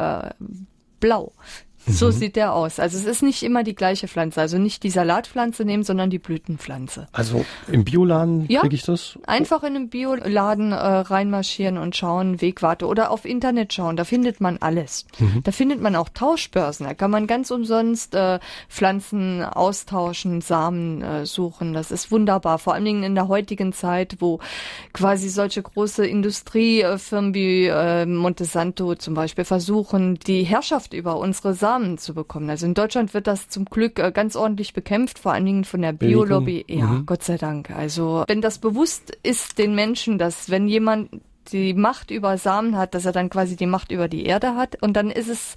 blau. So sieht der aus. Also es ist nicht immer die gleiche Pflanze. Also nicht die Salatpflanze nehmen, sondern die Blütenpflanze. Also im Bioladen kriege ich das? Einfach in einem Bioladen reinmarschieren und schauen, Wegwarte oder auf Internet schauen. Da findet man alles. Da findet man auch Tauschbörsen. Da kann man ganz umsonst Pflanzen austauschen, Samen suchen. Das ist wunderbar. Vor allen Dingen in der heutigen Zeit, wo quasi solche große Industriefirmen wie Monsanto zum Beispiel versuchen, die Herrschaft über unsere Samen zu bekommen. Also in Deutschland wird das zum Glück ganz ordentlich bekämpft, vor allen Dingen von der Biolobby. Ja, Gott sei Dank. Also wenn das bewusst ist den Menschen, dass wenn jemand die Macht über Samen hat, dass er dann quasi die Macht über die Erde hat und dann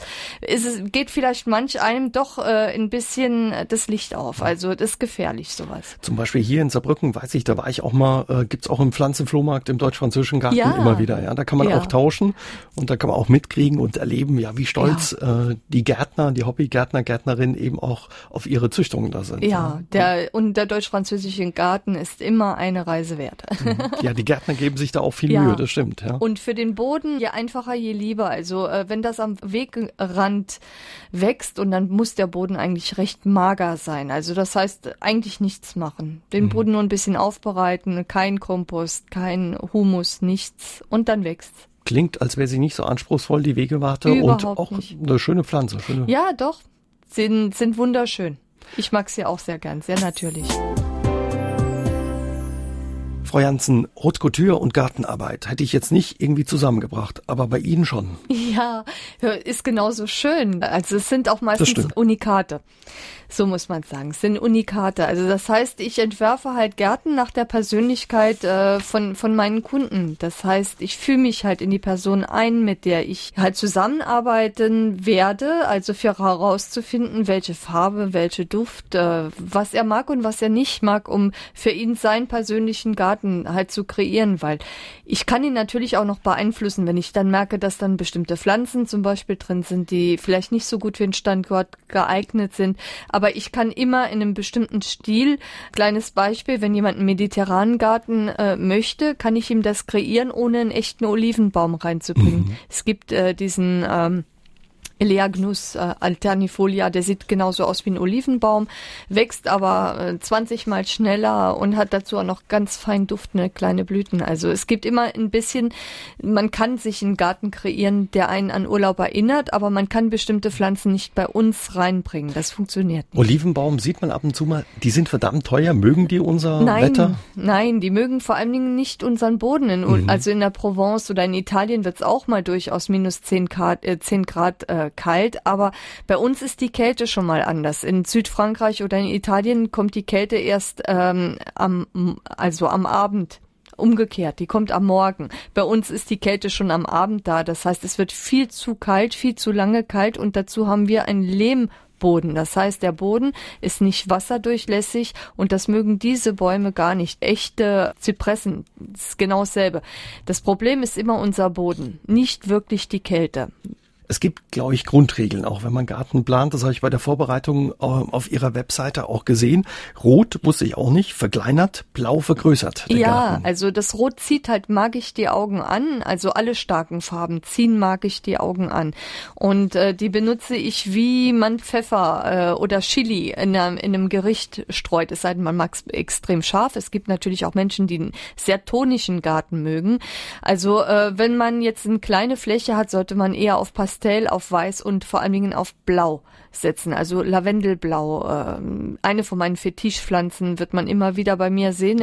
geht vielleicht manch einem doch ein bisschen das Licht auf. Also das ist gefährlich, sowas. Zum Beispiel hier in Saarbrücken, weiß ich, da war ich auch mal, gibt's auch im Pflanzenflohmarkt im Deutsch-Französischen Garten immer wieder. Ja, da kann man auch tauschen und da kann man auch mitkriegen und erleben, wie stolz die Gärtner, die Hobbygärtner, Gärtnerinnen eben auch auf ihre Züchtungen da sind. Ja, der Deutsch-Französische Garten ist immer eine Reise wert. Ja, die Gärtner geben sich da auch viel Mühe, das stimmt. Ja. Und für den Boden, je einfacher, je lieber. Also wenn das am Wegrand wächst und dann muss der Boden eigentlich recht mager sein. Also das heißt, eigentlich nichts machen. Den Boden nur ein bisschen aufbereiten, kein Kompost, kein Humus, nichts und dann wächst's. Klingt, als wäre sie nicht so anspruchsvoll, die Wegewarte. Überhaupt und auch nicht. Eine schöne Pflanze. Ja, doch. Sind wunderschön. Ich mag sie auch sehr gern, sehr natürlich. Frau Jansen, Haute Couture und Gartenarbeit hätte ich jetzt nicht irgendwie zusammengebracht, aber bei Ihnen schon. Ja, ist genauso schön. Also es sind auch meistens Unikate. So muss man sagen. Es sind Unikate. Also das heißt, ich entwerfe halt Gärten nach der Persönlichkeit von meinen Kunden. Das heißt, ich fühle mich halt in die Person ein, mit der ich halt zusammenarbeiten werde. Also für herauszufinden, welche Farbe, welche Duft, was er mag und was er nicht mag, um für ihn seinen persönlichen Garten halt zu kreieren. Weil ich kann ihn natürlich auch noch beeinflussen, wenn ich dann merke, dass dann bestimmte Pflanzen zum Beispiel drin sind, die vielleicht nicht so gut für den Standort geeignet sind. Aber ich kann immer in einem bestimmten Stil, kleines Beispiel, wenn jemand einen mediterranen Garten möchte, kann ich ihm das kreieren, ohne einen echten Olivenbaum reinzubringen. Es gibt diesen Eleagnus alternifolia, der sieht genauso aus wie ein Olivenbaum, wächst aber 20 Mal schneller und hat dazu auch noch ganz fein duftende kleine Blüten. Also es gibt immer ein bisschen, man kann sich einen Garten kreieren, der einen an Urlaub erinnert, aber man kann bestimmte Pflanzen nicht bei uns reinbringen. Das funktioniert nicht. Olivenbaum sieht man ab und zu mal, die sind verdammt teuer. Mögen die unser Wetter? Nein, die mögen vor allen Dingen nicht unseren Boden. Also in der Provence oder in Italien wird es auch mal durchaus minus 10 Grad kalt, aber bei uns ist die Kälte schon mal anders. In Südfrankreich oder in Italien kommt die Kälte erst am Abend. Umgekehrt, die kommt am Morgen. Bei uns ist die Kälte schon am Abend da. Das heißt, es wird viel zu kalt, viel zu lange kalt und dazu haben wir ein Boden. Das heißt, der Boden ist nicht wasserdurchlässig und das mögen diese Bäume gar nicht. Echte Zypressen, das ist genau dasselbe. Das Problem ist immer unser Boden, nicht wirklich die Kälte. Es gibt, glaube ich, Grundregeln, auch wenn man Garten plant. Das habe ich bei der Vorbereitung auf Ihrer Webseite auch gesehen. Rot wusste ich auch nicht, verkleinert, blau vergrößert. Der Garten. Also das Rot zieht halt magisch die Augen an. Also alle starken Farben ziehen magisch die Augen an. Und die benutze ich, wie man Pfeffer oder Chili in einem Gericht streut. Es sei denn, man mag es extrem scharf. Es gibt natürlich auch Menschen, die einen sehr tonischen Garten mögen. Also wenn man jetzt eine kleine Fläche hat, sollte man eher auf Pastell, auf Weiß und vor allen Dingen auf Blau setzen. Also Lavendelblau. Eine von meinen Fetischpflanzen wird man immer wieder bei mir sehen.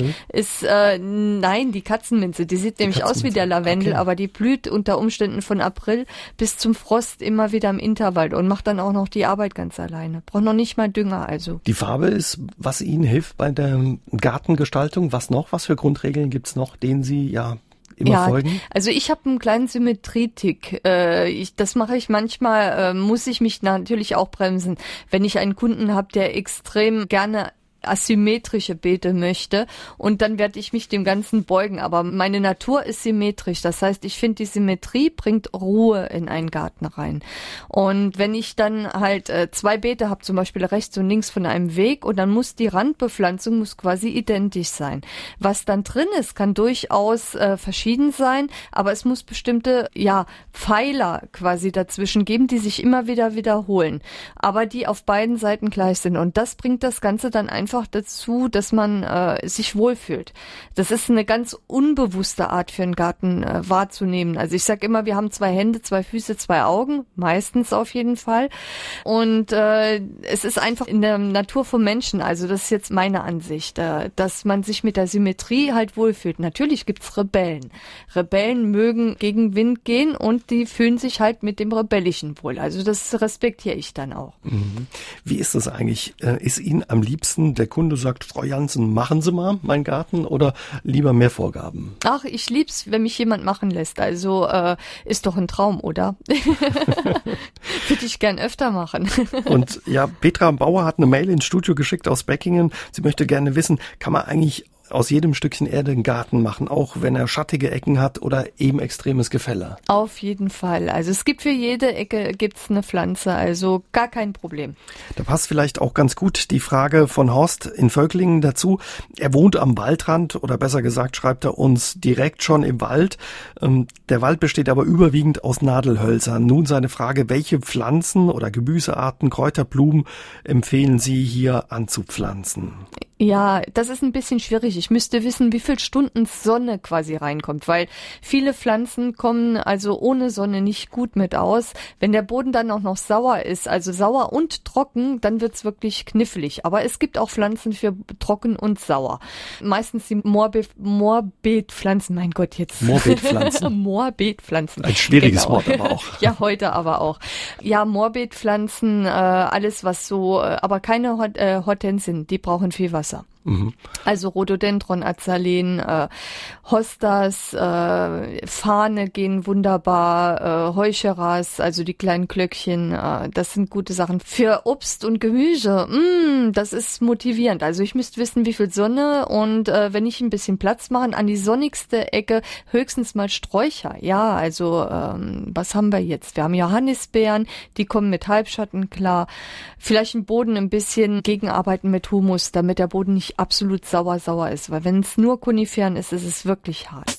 Nein, die Katzenminze. Die sieht nämlich aus wie der Lavendel, okay. Aber die blüht unter Umständen von April bis zum Frost immer wieder im Intervall und macht dann auch noch die Arbeit ganz alleine. Braucht noch nicht mal Dünger also. Die Farbe ist, was Ihnen hilft bei der Gartengestaltung. Was noch? Was für Grundregeln gibt's noch, denen Sie immer folgen? Also ich habe einen kleinen Symmetrietick. Das mache ich manchmal, muss ich mich natürlich auch bremsen. Wenn ich einen Kunden habe, der extrem gerne asymmetrische Beete möchte und dann werde ich mich dem Ganzen beugen. Aber meine Natur ist symmetrisch. Das heißt, ich finde, die Symmetrie bringt Ruhe in einen Garten rein. Und wenn ich dann halt 2 Beete habe, zum Beispiel rechts und links von einem Weg und dann muss die Randbepflanzung quasi identisch sein. Was dann drin ist, kann durchaus verschieden sein, aber es muss bestimmte Pfeiler quasi dazwischen geben, die sich immer wieder wiederholen, aber die auf beiden Seiten gleich sind. Und das bringt das Ganze dann einfach dazu, dass man sich wohlfühlt. Das ist eine ganz unbewusste Art für einen Garten wahrzunehmen. Also ich sage immer, wir haben 2 Hände, 2 Füße, 2 Augen, meistens auf jeden Fall. Und es ist einfach in der Natur vom Menschen, also das ist jetzt meine Ansicht, dass man sich mit der Symmetrie halt wohlfühlt. Natürlich gibt's Rebellen. Rebellen mögen gegen Wind gehen und die fühlen sich halt mit dem Rebellischen wohl. Also das respektiere ich dann auch. Mhm. Wie ist das eigentlich? Ist Ihnen am liebsten der Kunde sagt, Frau Jansen, machen Sie mal meinen Garten oder lieber mehr Vorgaben? Ach, ich lieb's, wenn mich jemand machen lässt. Also ist doch ein Traum, oder? Würde ich gern öfter machen. Und Petra Bauer hat eine Mail ins Studio geschickt aus Beckingen. Sie möchte gerne wissen, kann man eigentlich aus jedem Stückchen Erde einen Garten machen, auch wenn er schattige Ecken hat oder eben extremes Gefälle? Auf jeden Fall. Also es gibt für jede Ecke gibt's eine Pflanze, also gar kein Problem. Da passt vielleicht auch ganz gut die Frage von Horst in Völklingen dazu. Er wohnt am Waldrand oder besser gesagt schreibt er uns direkt schon im Wald. Der Wald besteht aber überwiegend aus Nadelhölzern. Nun seine Frage, welche Pflanzen oder Gemüsearten, Kräuter, Blumen empfehlen Sie hier anzupflanzen? Ja, das ist ein bisschen schwierig. Ich müsste wissen, wie viel Stunden Sonne quasi reinkommt, weil viele Pflanzen kommen also ohne Sonne nicht gut mit aus. Wenn der Boden dann auch noch sauer ist, also sauer und trocken, dann wird's wirklich knifflig. Aber es gibt auch Pflanzen für trocken und sauer. Meistens die Moorbeetpflanzen, mein Gott, jetzt. Moorbeetpflanzen. Moorbeetpflanzen. Ein schwieriges Wort aber auch. Ja, heute aber auch. Ja, Moorbeetpflanzen, alles was so, aber keine Hortensien, die brauchen viel Wasser. Mhm. Also Rhododendron, Azaleen, Hostas, Fahne gehen wunderbar, Heucheras, also die kleinen Glöckchen, das sind gute Sachen. Für Obst und Gemüse, das ist motivierend. Also ich müsste wissen, wie viel Sonne und wenn ich ein bisschen Platz mache, an die sonnigste Ecke höchstens mal Sträucher. Ja, also was haben wir jetzt? Wir haben Johannisbeeren, die kommen mit Halbschatten klar. Vielleicht im Boden ein bisschen gegenarbeiten mit Humus, damit der Boden nicht absolut sauer ist, weil wenn es nur Koniferen ist, ist es wirklich hart.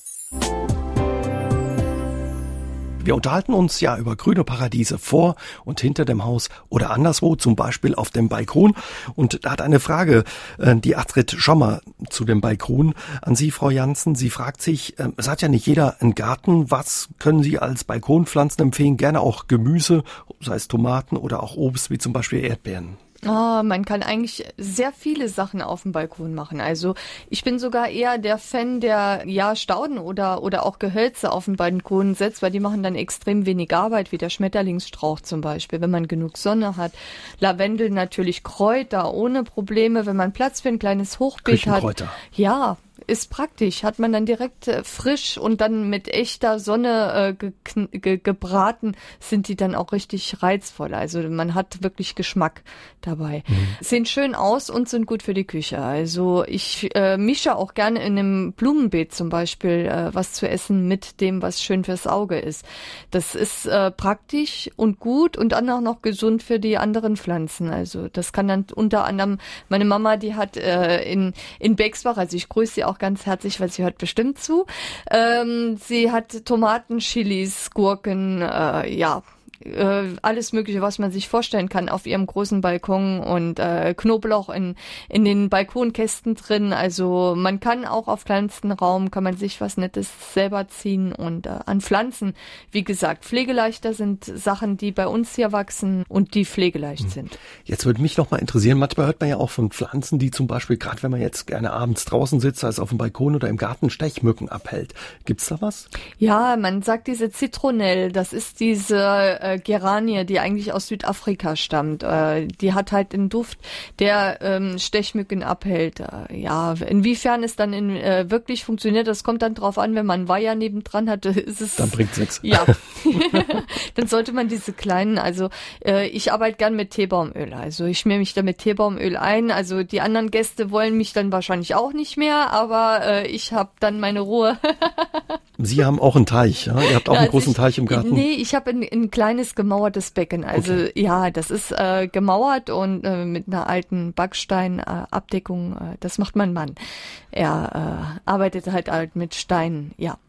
Wir unterhalten uns über grüne Paradiese vor und hinter dem Haus oder anderswo, zum Beispiel auf dem Balkon. Und da hat eine Frage die Astrid Schommer zu dem Balkon an Sie, Frau Jansen. Sie fragt sich, es hat ja nicht jeder einen Garten. Was können Sie als Balkonpflanzen empfehlen? Gerne auch Gemüse, sei es Tomaten oder auch Obst, wie zum Beispiel Erdbeeren. Man kann eigentlich sehr viele Sachen auf dem Balkon machen. Also ich bin sogar eher der Fan, der Stauden oder auch Gehölze auf dem Balkon setzt, weil die machen dann extrem wenig Arbeit, wie der Schmetterlingsstrauch zum Beispiel, wenn man genug Sonne hat. Lavendel natürlich, Kräuter ohne Probleme, wenn man Platz für ein kleines Hochbeet hat. Ja, ist praktisch. Hat man dann direkt frisch und dann mit echter Sonne gebraten, sind die dann auch richtig reizvoll. Also man hat wirklich Geschmack dabei. Sehen schön aus und sind gut für die Küche. Also ich mische auch gerne in einem Blumenbeet zum Beispiel was zu essen mit dem, was schön fürs Auge ist. Das ist praktisch und gut und dann auch noch gesund für die anderen Pflanzen. Also das kann dann unter anderem, meine Mama, die hat in Bexbach, also ich grüße sie auch ganz herzlich, weil sie hört bestimmt zu, sie hat Tomaten, Chilis, Gurken, alles Mögliche, was man sich vorstellen kann, auf ihrem großen Balkon und Knoblauch in den Balkonkästen drin. Also man kann auch auf kleinstem Raum, kann man sich was Nettes selber ziehen und an Pflanzen, wie gesagt, pflegeleichter sind Sachen, die bei uns hier wachsen und die pflegeleicht sind. Jetzt würde mich noch mal interessieren, manchmal hört man ja auch von Pflanzen, die zum Beispiel, gerade wenn man jetzt gerne abends draußen sitzt, also auf dem Balkon oder im Garten, Stechmücken abhält. Gibt's da was? Ja, man sagt diese Zitronelle, das ist diese Geranie, die eigentlich aus Südafrika stammt. Die hat halt den Duft, der Stechmücken abhält. Inwiefern es dann wirklich funktioniert, das kommt dann drauf an, wenn man einen Weiher nebendran hat, ist es... Dann bringt's nichts. Ja, dann sollte man diese kleinen, also ich arbeite gern mit Teebaumöl, also ich schmier mich da mit Teebaumöl ein, also die anderen Gäste wollen mich dann wahrscheinlich auch nicht mehr, aber ich habe dann meine Ruhe. Sie haben auch einen Teich, ja? Ihr habt auch einen großen Teich im Garten? Nee, ich habe ein kleines gemauertes Becken. Also ja, das ist gemauert und mit einer alten Backsteinabdeckung. Das macht mein Mann. Er arbeitet halt mit Steinen, ja.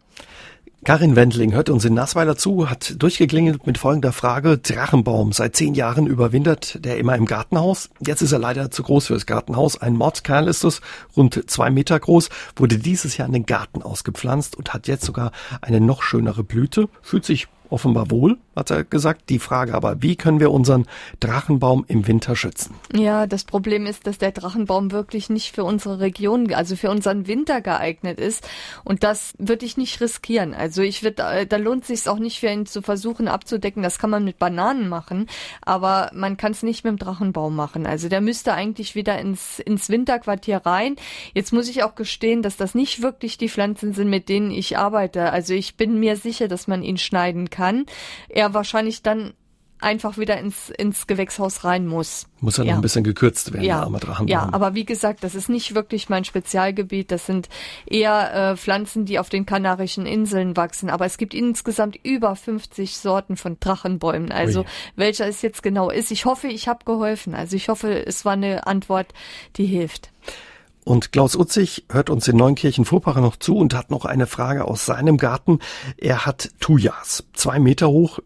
Karin Wendling hört uns in Nassweiler zu, hat durchgeklingelt mit folgender Frage. Drachenbaum, seit 10 Jahren überwintert der immer im Gartenhaus. Jetzt ist er leider zu groß fürs Gartenhaus. Ein Mordskerl ist es, rund 2 Meter groß, wurde dieses Jahr in den Garten ausgepflanzt und hat jetzt sogar eine noch schönere Blüte. Fühlt sich offenbar wohl, hat er gesagt. Die Frage aber, wie können wir unseren Drachenbaum im Winter schützen? Ja, das Problem ist, dass der Drachenbaum wirklich nicht für unsere Region, also für unseren Winter geeignet ist. Und das würde ich nicht riskieren. Also da lohnt es sich auch nicht für ihn zu versuchen abzudecken. Das kann man mit Bananen machen, aber man kann es nicht mit dem Drachenbaum machen. Also der müsste eigentlich wieder ins Winterquartier rein. Jetzt muss ich auch gestehen, dass das nicht wirklich die Pflanzen sind, mit denen ich arbeite. Also ich bin mir sicher, dass man ihn schneiden kann. Er wahrscheinlich dann einfach wieder ins Gewächshaus rein muss. Muss ja noch ein bisschen gekürzt werden, der arme Drachenbaum. Ja, aber wie gesagt, das ist nicht wirklich mein Spezialgebiet. Das sind eher Pflanzen, die auf den Kanarischen Inseln wachsen. Aber es gibt insgesamt über 50 Sorten von Drachenbäumen. Also welcher es jetzt genau ist. Ich hoffe, ich habe geholfen. Also ich hoffe, es war eine Antwort, die hilft. Und Klaus Utzig hört uns in Neunkirchen-Vorpommern noch zu und hat noch eine Frage aus seinem Garten. Er hat Thujas, 2 Meter hoch,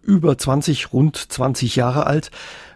rund 20 Jahre alt.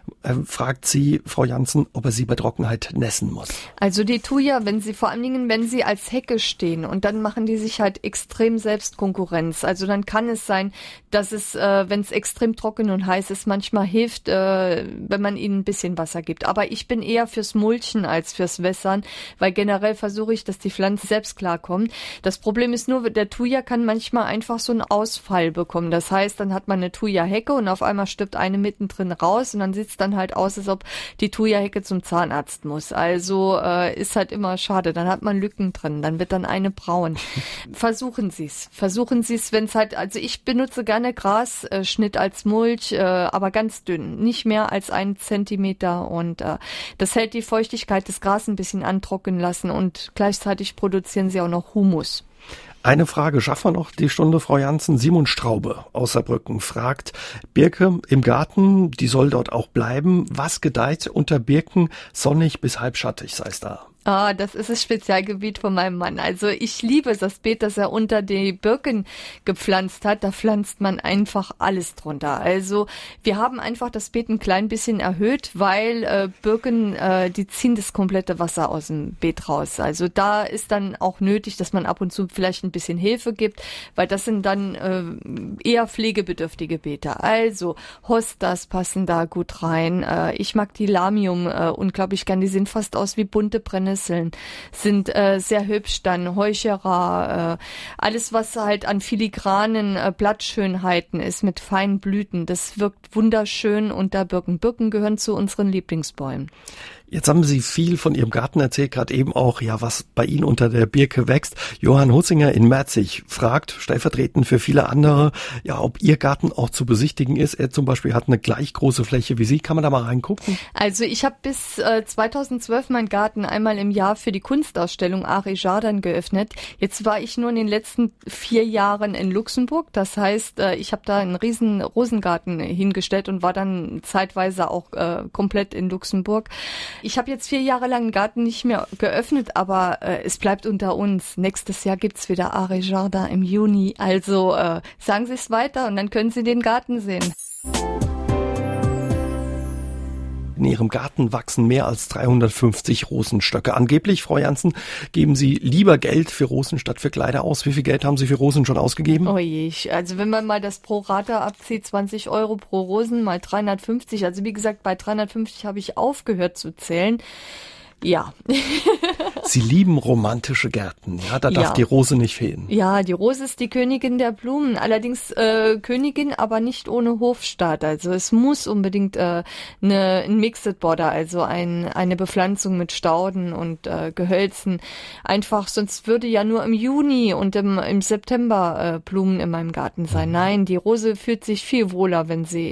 Fragt sie, Frau Jansen, ob er sie bei Trockenheit nässen muss. Also die Thuja, vor allen Dingen, wenn sie als Hecke stehen und dann machen die sich halt extrem selbst Konkurrenz. Also dann kann es sein, dass es, wenn es extrem trocken und heiß ist, manchmal hilft, wenn man ihnen ein bisschen Wasser gibt. Aber ich bin eher fürs Mulchen als fürs Wässern, weil generell versuche ich, dass die Pflanzen selbst klarkommen. Das Problem ist nur, der Thuja kann manchmal einfach so einen Ausfall bekommen. Das heißt, dann hat man eine Thuja-Hecke und auf einmal stirbt eine mittendrin raus und dann sitzt dann halt aus, als ob die Thuja-Hecke zum Zahnarzt muss. Also ist halt immer schade. Dann hat man Lücken drin. Dann wird dann eine braun. Versuchen Sie es, wenn es halt, also ich benutze gerne Grasschnitt als Mulch, aber ganz dünn. Nicht mehr als 1 Zentimeter und das hält die Feuchtigkeit des Gras ein bisschen antrocknen lassen und gleichzeitig produzieren sie auch noch Humus. Eine Frage schaffen wir noch die Stunde, Frau Jansen. Simon Straube aus Saarbrücken fragt, Birke im Garten, die soll dort auch bleiben. Was gedeiht unter Birken, sonnig bis halbschattig, sei es da? Ah, das ist das Spezialgebiet von meinem Mann. Also ich liebe das Beet, das er unter die Birken gepflanzt hat. Da pflanzt man einfach alles drunter. Also wir haben einfach das Beet ein klein bisschen erhöht, weil Birken, die ziehen das komplette Wasser aus dem Beet raus. Also da ist dann auch nötig, dass man ab und zu vielleicht ein bisschen Hilfe gibt, weil das sind dann eher pflegebedürftige Beete. Also Hostas passen da gut rein. Ich mag die Lamium unglaublich gern. Die sehen fast aus wie bunte Brennnesseln. Sind sehr hübsch, dann Heucherer, alles was halt an filigranen Blattschönheiten ist mit feinen Blüten, das wirkt wunderschön unter Birken. Birken gehören zu unseren Lieblingsbäumen. Jetzt haben Sie viel von Ihrem Garten erzählt, gerade eben auch, ja, was bei Ihnen unter der Birke wächst. Johann Hussinger in Merzig fragt, stellvertretend für viele andere, ja, ob Ihr Garten auch zu besichtigen ist. Er zum Beispiel hat eine gleich große Fläche wie Sie. Kann man da mal reingucken? Also ich habe bis 2012 meinen Garten einmal im Jahr für die Kunstausstellung Ari Jardin geöffnet. Jetzt war ich nur in den letzten 4 Jahren in Luxemburg. Das heißt, ich habe da einen riesen Rosengarten hingestellt und war dann zeitweise auch komplett in Luxemburg. Ich habe jetzt 4 Jahre lang den Garten nicht mehr geöffnet, aber es bleibt unter uns. Nächstes Jahr gibt's wieder Ari Jardin im Juni. Also sagen Sie es weiter und dann können Sie den Garten sehen. In Ihrem Garten wachsen mehr als 350 Rosenstöcke. Angeblich, Frau Jansen, geben Sie lieber Geld für Rosen statt für Kleider aus. Wie viel Geld haben Sie für Rosen schon ausgegeben? Oh je, also wenn man mal das pro Rata abzieht, 20 € pro Rosen mal 350. Also wie gesagt, bei 350 habe ich aufgehört zu zählen. Ja. Sie lieben romantische Gärten, ja, da darf die Rose nicht fehlen. Ja, die Rose ist die Königin der Blumen, allerdings Königin, aber nicht ohne Hofstaat. Also es muss unbedingt ein Mixed Border, also eine Bepflanzung mit Stauden und Gehölzen. Einfach, sonst würde ja nur im Juni und im September Blumen in meinem Garten sein. Nein, die Rose fühlt sich viel wohler, wenn sie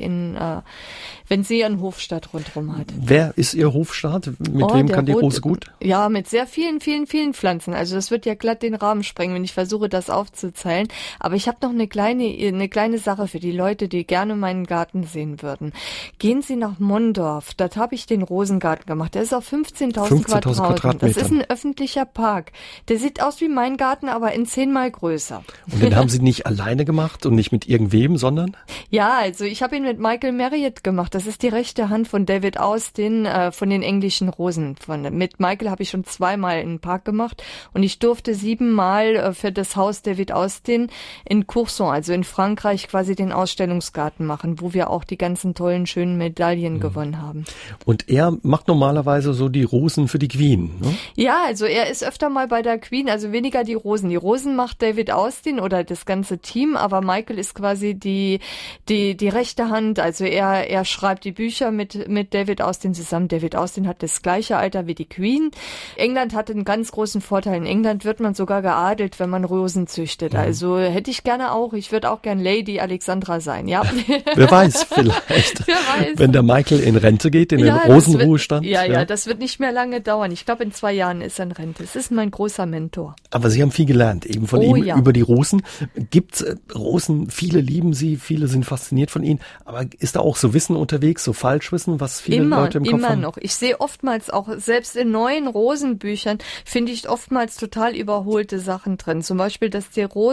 einen Hofstaat rundherum hat. Wer ist Ihr Hofstaat? Mit wem kann die Rose gut? Ja, mit sehr vielen Pflanzen. Also das wird ja glatt den Rahmen sprengen, wenn ich versuche, das aufzuzählen. Aber ich habe noch eine kleine Sache für die Leute, die gerne meinen Garten sehen würden. Gehen Sie nach Mondorf. Dort habe ich den Rosengarten gemacht. Der ist auf 15.000 Quadratmetern. Das ist ein öffentlicher Park. Der sieht aus wie mein Garten, aber in 10-mal größer. Und den haben Sie nicht alleine gemacht und nicht mit irgendwem, sondern? Ja, also ich habe ihn mit Michael Marriott gemacht. Das ist die rechte Hand von David Austin, von den englischen Rosen. Mit Michael habe ich schon 2-mal in den Park gemacht und ich durfte 7-mal für das Haus David Austin in Courson, also in Frankreich, quasi den Ausstellungsgarten machen, wo wir auch die ganzen tollen, schönen Medaillen gewonnen haben. Und er macht normalerweise so die Rosen für die Queen, ne? Ja, also er ist öfter mal bei der Queen, also weniger die Rosen. Die Rosen macht David Austin oder das ganze Team, aber Michael ist quasi die rechte Hand, also er schreibt die Bücher mit David Austin zusammen. David Austin hat das gleiche Alter wie die Queen. England hatte einen ganz großen Vorteil. In England wird man sogar geadelt, wenn man Rosen züchtet. Also hätte ich gerne auch. Ich würde auch gern Lady Alexandra sein, ja. Wer weiß, vielleicht. Wer weiß. Wenn der Michael in Rente geht, in den Rosenruhestand. Ja, das wird nicht mehr lange dauern. Ich glaube, in 2 Jahren ist er in Rente. Es ist mein großer Mentor. Aber Sie haben viel gelernt, eben von ihm über die Rosen. Gibt's Rosen, viele lieben sie, viele sind fasziniert von ihnen. Aber ist da auch so Wissen unterwegs, so Falschwissen, was viele Leute im Kopf haben? Immer noch. Ich sehe oftmals auch, selbst in neuen Rosenbüchern finde ich oftmals total überholte Sachen drin. Zum Beispiel, dass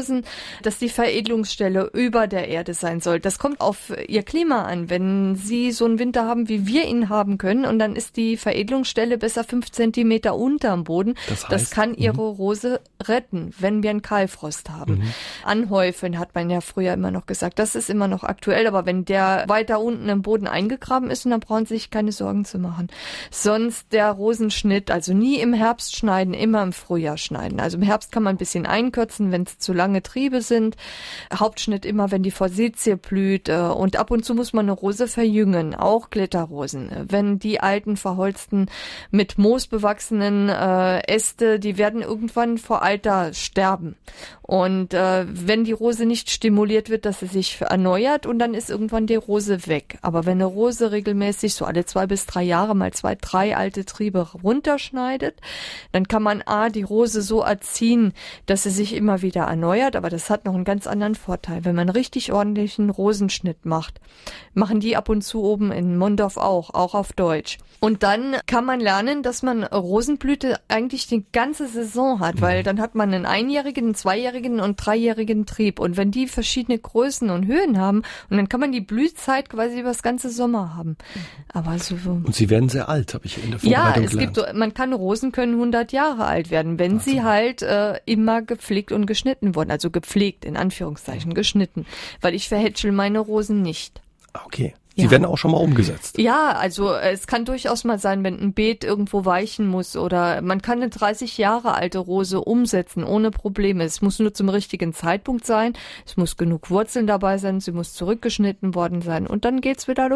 die Veredelungsstelle über der Erde sein soll. Das kommt auf ihr Klima an. Wenn Sie so einen Winter haben, wie wir ihn haben können, und dann ist die Veredelungsstelle besser 5 Zentimeter unterm Boden. Das kann Ihre Rose retten, wenn wir einen Kahlfrost haben. Anhäufeln hat man ja früher immer noch gesagt. Das ist immer noch aktuell, aber wenn der weiter unten im Boden eingegraben ist, dann brauchen Sie sich keine Sorgen zu machen. Sonst der Rosenschnitt, also nie im Herbst schneiden, immer im Frühjahr schneiden. Also im Herbst kann man ein bisschen einkürzen, wenn es zu lange Triebe sind. Hauptschnitt immer, wenn die Forsythie blüht, und ab und zu muss man eine Rose verjüngen, auch Glitterrosen. Wenn die alten, verholzten, mit Moos bewachsenen Äste, die werden irgendwann vor Alter sterben. Und wenn die Rose nicht stimuliert wird, dass sie sich erneuert, und dann ist irgendwann die Rose weg. Aber wenn eine Rose regelmäßig so alle 2 bis 3 Jahre mal 2, 3 alte Triebe runterschneidet, dann kann man die Rose so erziehen, dass sie sich immer wieder erneuert, aber das hat noch einen ganz anderen Vorteil. Wenn man richtig ordentlichen Rosenschnitt macht, machen die ab und zu oben in Mondorf auch auf Deutsch. Und dann kann man lernen, dass man Rosenblüte eigentlich die ganze Saison hat, weil dann hat man einen 1-jährigen, einen 2-jährigen und 3-jährigen Trieb. Und wenn die verschiedene Größen und Höhen haben, und dann kann man die Blühzeit quasi über das ganze Sommer haben. Aber so. Und sie werden sehr alt, habe ich in der Vorbereitung gelernt. Rosen können 100 Jahre alt werden, wenn sie halt immer gepflegt und geschnitten wurden. Also gepflegt, in Anführungszeichen, geschnitten. Weil ich verhätschel meine Rosen nicht. Okay. Die werden auch schon mal umgesetzt. Ja, also es kann durchaus mal sein, wenn ein Beet irgendwo weichen muss, oder man kann eine 30 Jahre alte Rose umsetzen, ohne Probleme. Es muss nur zum richtigen Zeitpunkt sein, es muss genug Wurzeln dabei sein, sie muss zurückgeschnitten worden sein, und dann geht's wieder los.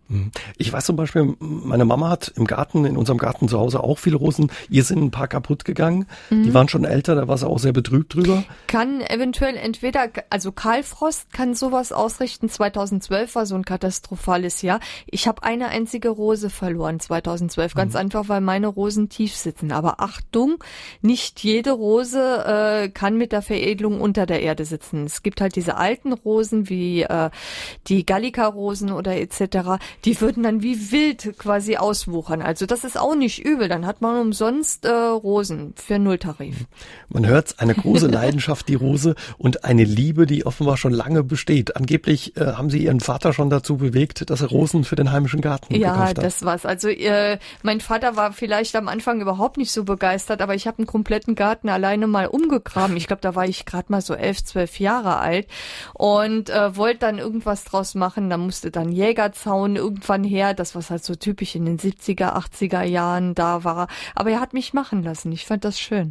Ich weiß zum Beispiel, meine Mama hat in unserem Garten zu Hause auch viele Rosen. Ihr sind ein paar kaputt gegangen. Die waren schon älter, da war sie auch sehr betrübt drüber. Kann eventuell also Karl Frost kann sowas ausrichten. 2012 war so ein katastrophales Jahr. Ich habe eine einzige Rose verloren 2012, ganz einfach, weil meine Rosen tief sitzen. Aber Achtung, nicht jede Rose kann mit der Veredelung unter der Erde sitzen. Es gibt halt diese alten Rosen wie die Gallica-Rosen oder etc., die würden dann wie wild quasi auswuchern. Also das ist auch nicht übel. Dann hat man umsonst Rosen für Nulltarif. Man hört's, eine große Leidenschaft, die Rose, und eine Liebe, die offenbar schon lange besteht. Angeblich haben Sie Ihren Vater schon dazu bewegt, dass er Rosen für den heimischen Garten gekauft hat. Ja, das war's. Also mein Vater war vielleicht am Anfang überhaupt nicht so begeistert, aber ich habe einen kompletten Garten alleine mal umgegraben. Ich glaube, da war ich gerade mal so 11, 12 Jahre alt und wollte dann irgendwas draus machen. Da musste dann Jägerzaun irgendwann her, das was halt so typisch in den 70er, 80er Jahren da war. Aber er hat mich machen lassen. Ich fand das schön.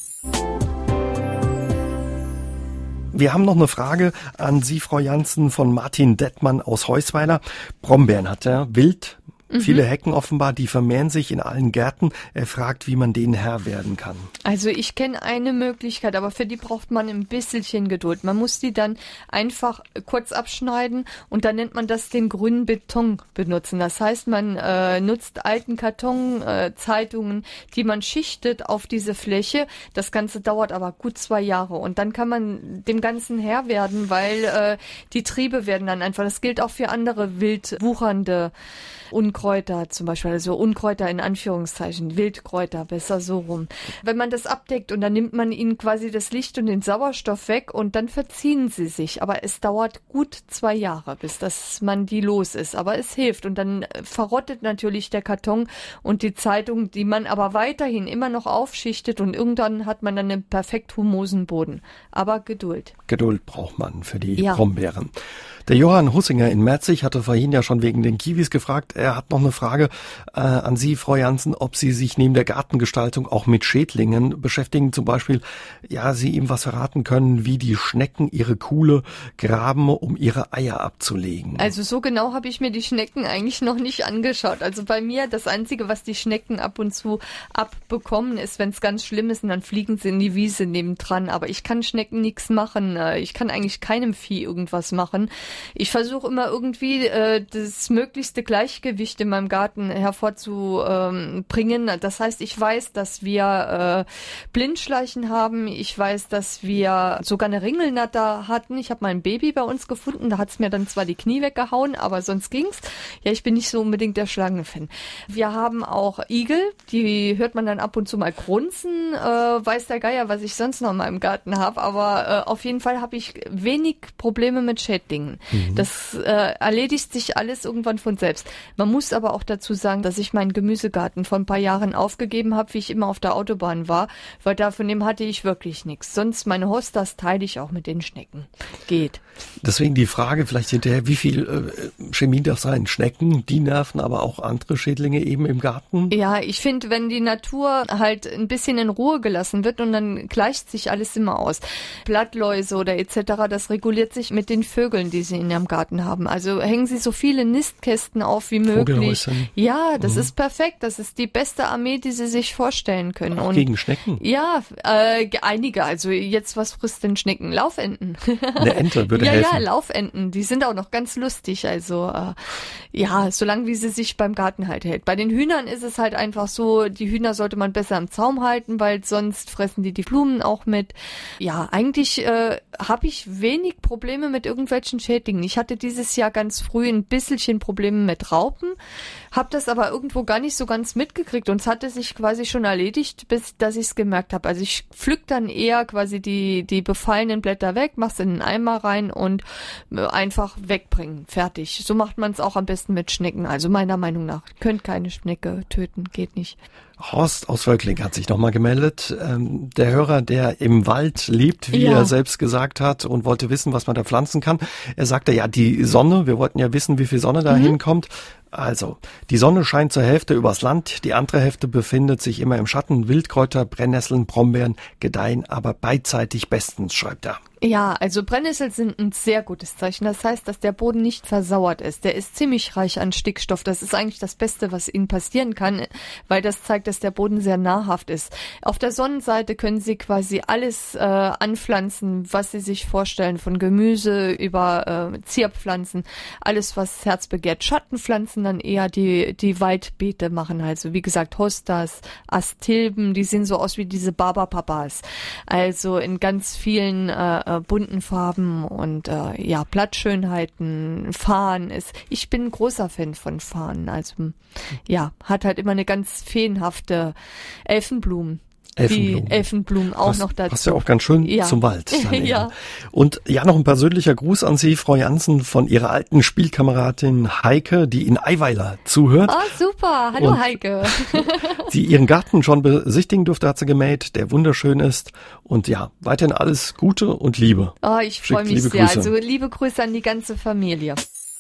Wir haben noch eine Frage an Sie, Frau Jansen, von Martin Dettmann aus Heusweiler. Brombeeren hat er, wild. Viele Hecken offenbar, die vermehren sich in allen Gärten. Er fragt, wie man denen Herr werden kann. Also ich kenne eine Möglichkeit, aber für die braucht man ein bisschen Geduld. Man muss die dann einfach kurz abschneiden und dann nennt man das den grünen Beton benutzen. Das heißt, man nutzt alten Karton, Zeitungen, die man schichtet auf diese Fläche. Das Ganze dauert aber gut 2 Jahre und dann kann man dem Ganzen Herr werden, weil die Triebe werden dann einfach, das gilt auch für andere wild wuchernde Unkräuter zum Beispiel, also Unkräuter in Anführungszeichen, Wildkräuter, besser so rum. Wenn man das abdeckt und dann nimmt man ihnen quasi das Licht und den Sauerstoff weg und dann verziehen sie sich. Aber es dauert gut 2 Jahre, bis dass man die los ist. Aber es hilft und dann verrottet natürlich der Karton und die Zeitung, die man aber weiterhin immer noch aufschichtet und irgendwann hat man dann einen perfekt humosen Boden. Aber Geduld. Geduld braucht man für die Brombeeren. Der Johann Hussinger in Merzig hatte vorhin ja schon wegen den Kiwis gefragt. Er hat noch eine Frage an Sie, Frau Jansen, ob Sie sich neben der Gartengestaltung auch mit Schädlingen beschäftigen. Zum Beispiel, Sie ihm was verraten können, wie die Schnecken ihre Kuhle graben, um ihre Eier abzulegen. Also so genau habe ich mir die Schnecken eigentlich noch nicht angeschaut. Also bei mir, das Einzige, was die Schnecken ab und zu abbekommen, ist, wenn es ganz schlimm ist und dann fliegen sie in die Wiese nebendran. Aber ich kann Schnecken nichts machen. Ich kann eigentlich keinem Vieh irgendwas machen. Ich versuche immer irgendwie das möglichste Gleichgewicht in meinem Garten hervorzubringen. Das heißt, ich weiß, dass wir Blindschleichen haben. Ich weiß, dass wir sogar eine Ringelnatter hatten. Ich habe mal ein Baby bei uns gefunden. Da hat es mir dann zwar die Knie weggehauen, aber sonst ging's. Ja, ich bin nicht so unbedingt der Schlangenfan. Wir haben auch Igel. Die hört man dann ab und zu mal grunzen. Weiß der Geier, was ich sonst noch in meinem Garten habe. Aber auf jeden Fall habe ich wenig Probleme mit Schädlingen. Das erledigt sich alles irgendwann von selbst. Man muss aber auch dazu sagen, dass ich meinen Gemüsegarten vor ein paar Jahren aufgegeben habe, wie ich immer auf der Autobahn war, weil von dem hatte ich wirklich nichts. Sonst meine Hostas teile ich auch mit den Schnecken. Geht. Deswegen die Frage vielleicht hinterher, wie viel Chemie darf sein? Schnecken, die nerven, aber auch andere Schädlinge eben im Garten? Ja, ich finde, wenn die Natur halt ein bisschen in Ruhe gelassen wird und dann gleicht sich alles immer aus. Blattläuse oder etc., das reguliert sich mit den Vögeln, die sie in ihrem Garten haben. Also hängen Sie so viele Nistkästen auf wie möglich. Vogelhäuschen. Ja, das ist perfekt. Das ist die beste Armee, die Sie sich vorstellen können. Auch gegen Schnecken? Ja, einige. Also jetzt, was frisst denn Schnecken? Laufenten. Eine Ente würde helfen. Ja, Laufenten. Die sind auch noch ganz lustig. Also solange wie sie sich beim Garten halt hält. Bei den Hühnern ist es halt einfach so, die Hühner sollte man besser im Zaum halten, weil sonst fressen die Blumen auch mit. Ja, eigentlich habe ich wenig Probleme mit irgendwelchen Schädlingen. Ich hatte dieses Jahr ganz früh ein bisschen Probleme mit Raupen, habe das aber irgendwo gar nicht so ganz mitgekriegt und es hatte sich quasi schon erledigt, bis dass ich es gemerkt habe. Also ich pflück dann eher quasi die befallenen Blätter weg, mach's in einen Eimer rein und einfach wegbringen. Fertig. So macht man es auch am besten mit Schnecken. Also meiner Meinung nach. Könnt keine Schnecke töten, geht nicht. Horst aus Völkling hat sich nochmal gemeldet. Der Hörer, der im Wald lebt, wie er selbst gesagt hat, und wollte wissen, was man da pflanzen kann. Er sagte, ja, die Sonne, wir wollten ja wissen, wie viel Sonne da hinkommt. Also, die Sonne scheint zur Hälfte übers Land, die andere Hälfte befindet sich immer im Schatten. Wildkräuter, Brennnesseln, Brombeeren gedeihen aber beidseitig bestens, schreibt er. Ja, also Brennnessel sind ein sehr gutes Zeichen. Das heißt, dass der Boden nicht versauert ist. Der ist ziemlich reich an Stickstoff. Das ist eigentlich das Beste, was Ihnen passieren kann, weil das zeigt, dass der Boden sehr nahrhaft ist. Auf der Sonnenseite können Sie quasi alles anpflanzen, was Sie sich vorstellen, von Gemüse über Zierpflanzen, alles, was das Herz begehrt. Schattenpflanzen dann eher die Waldbeete machen. Also wie gesagt, Hostas, Astilben, die sehen so aus wie diese Barberpapas. Also in ganz vielen bunten Farben und Blattschönheiten, Farn ist. Ich bin ein großer Fan von Farn. Also hat halt immer eine ganz feenhafte Elfenblumen. Die Elfenblumen auch noch dazu. Passt ja auch ganz schön zum Wald. Ja. Und noch ein persönlicher Gruß an Sie, Frau Jansen, von Ihrer alten Spielkameradin Heike, die in Eiweiler zuhört. Oh, super. Hallo, und Heike. Sie ihren Garten schon besichtigen durfte, hat sie gemäht, der wunderschön ist. Und weiterhin alles Gute und Liebe. Oh, ich freue mich sehr. Grüße. Also liebe Grüße an die ganze Familie.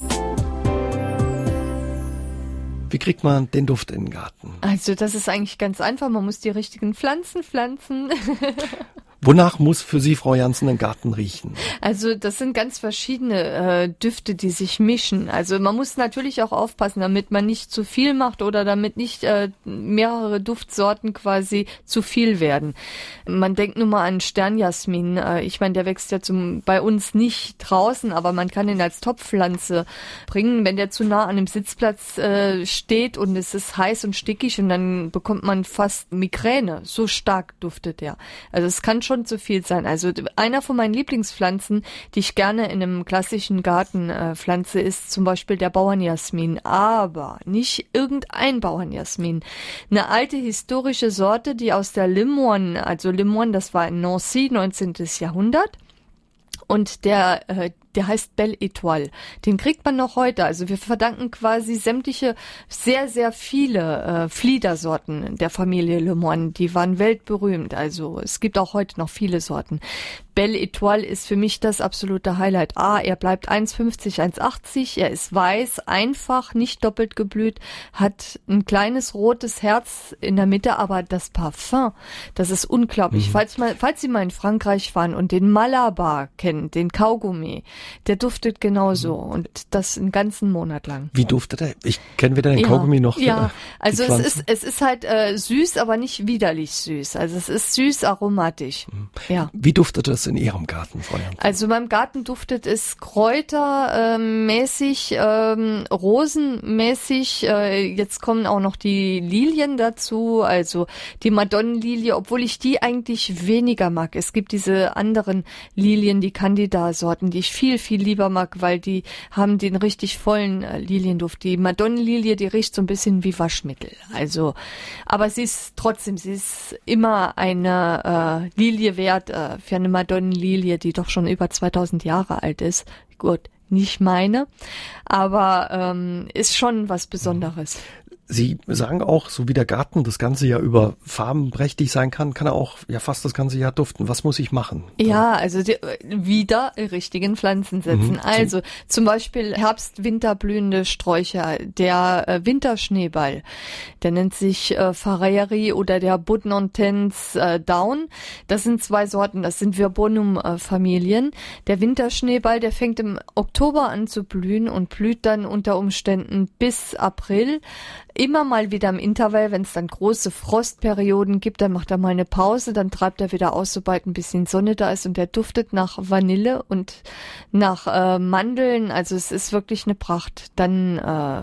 Wie kriegt man den Duft in den Garten? Also das ist eigentlich ganz einfach. Man muss die richtigen Pflanzen pflanzen. Wonach muss für Sie, Frau Jansen, ein Garten riechen? Also das sind ganz verschiedene Düfte, die sich mischen. Also man muss natürlich auch aufpassen, damit man nicht zu viel macht oder damit nicht mehrere Duftsorten quasi zu viel werden. Man denkt nur mal an Sternjasmin. Ich meine, der wächst ja bei uns nicht draußen, aber man kann ihn als Topfpflanze bringen. Wenn der zu nah an einem Sitzplatz steht und es ist heiß und stickig und dann bekommt man fast Migräne. So stark duftet der. Also es kann schon zu viel sein. Also einer von meinen Lieblingspflanzen, die ich gerne in einem klassischen Garten pflanze, ist zum Beispiel der Bauernjasmin. Aber nicht irgendein Bauernjasmin. Eine alte historische Sorte, die aus der Limousin, also Limousin, das war in Nancy, 19. Jahrhundert. Und der heißt Belle Étoile. Den kriegt man noch heute. Also wir verdanken quasi sämtliche, sehr, sehr viele Fliedersorten der Familie Limousin. Die waren weltberühmt. Also es gibt auch heute noch viele Sorten. Belle Étoile ist für mich das absolute Highlight. Er bleibt 1,50, 1,80. Er ist weiß, einfach, nicht doppelt geblüht, hat ein kleines rotes Herz in der Mitte, aber das Parfum, das ist unglaublich. Falls Sie mal in Frankreich waren und den Malabar kennen, den Kaugummi, der duftet genauso und das einen ganzen Monat lang. Wie duftet er? Ich kenne weder den Kaugummi noch also es ist halt süß, aber nicht widerlich süß. Also es ist süß aromatisch. Ja. Wie duftet es in Ihrem Garten, Frau Jansen? Also beim Garten duftet es kräutermäßig, rosenmäßig. Jetzt kommen auch noch die Lilien dazu, also die Madonnenlilie, obwohl ich die eigentlich weniger mag. Es gibt diese anderen Lilien, die Candida-Sorten, die ich viel, viel lieber mag, weil die haben den richtig vollen Lilienduft. Die Madonnenlilie, die riecht so ein bisschen wie Waschmittel. Also, aber sie ist immer eine Lilie wert für eine Madonnenlilie, die doch schon über 2000 Jahre alt ist. Gut, nicht meine, aber ist schon was Besonderes. Sie sagen auch, so wie der Garten das ganze Jahr über farbenprächtig sein kann, kann er auch fast das ganze Jahr duften. Was muss ich machen? Ja, also wieder richtigen Pflanzen setzen. Also zum Beispiel Herbst-Winter-blühende Sträucher, der Winterschneeball, der nennt sich Fareri oder der Budnontens Down. Das sind zwei Sorten, das sind Viburnum-Familien. Der Winterschneeball, der fängt im Oktober an zu blühen und blüht dann unter Umständen bis April. Immer mal wieder im Intervall, wenn es dann große Frostperioden gibt, dann macht er mal eine Pause, dann treibt er wieder aus, sobald ein bisschen Sonne da ist und der duftet nach Vanille und nach Mandeln, also es ist wirklich eine Pracht. Dann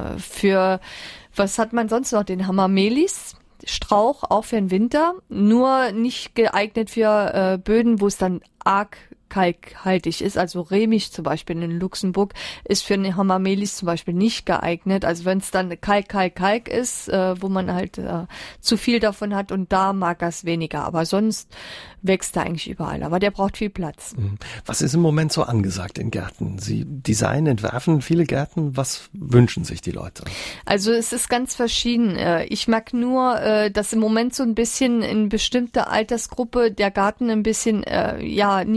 was hat man sonst noch? Den Hamamelis. Strauch, auch für den Winter, nur nicht geeignet für Böden, wo es dann arg kalkhaltig ist, also Remich zum Beispiel in Luxemburg ist für eine Hamamelis zum Beispiel nicht geeignet, also wenn es dann Kalk ist, wo man halt zu viel davon hat und da mag er es weniger, aber sonst wächst er eigentlich überall, aber der braucht viel Platz. Was ist im Moment so angesagt in Gärten? Sie entwerfen viele Gärten, was wünschen sich die Leute? Also es ist ganz verschieden. Ich mag nur, dass im Moment so ein bisschen in bestimmter Altersgruppe der Garten ein bisschen nicht mehr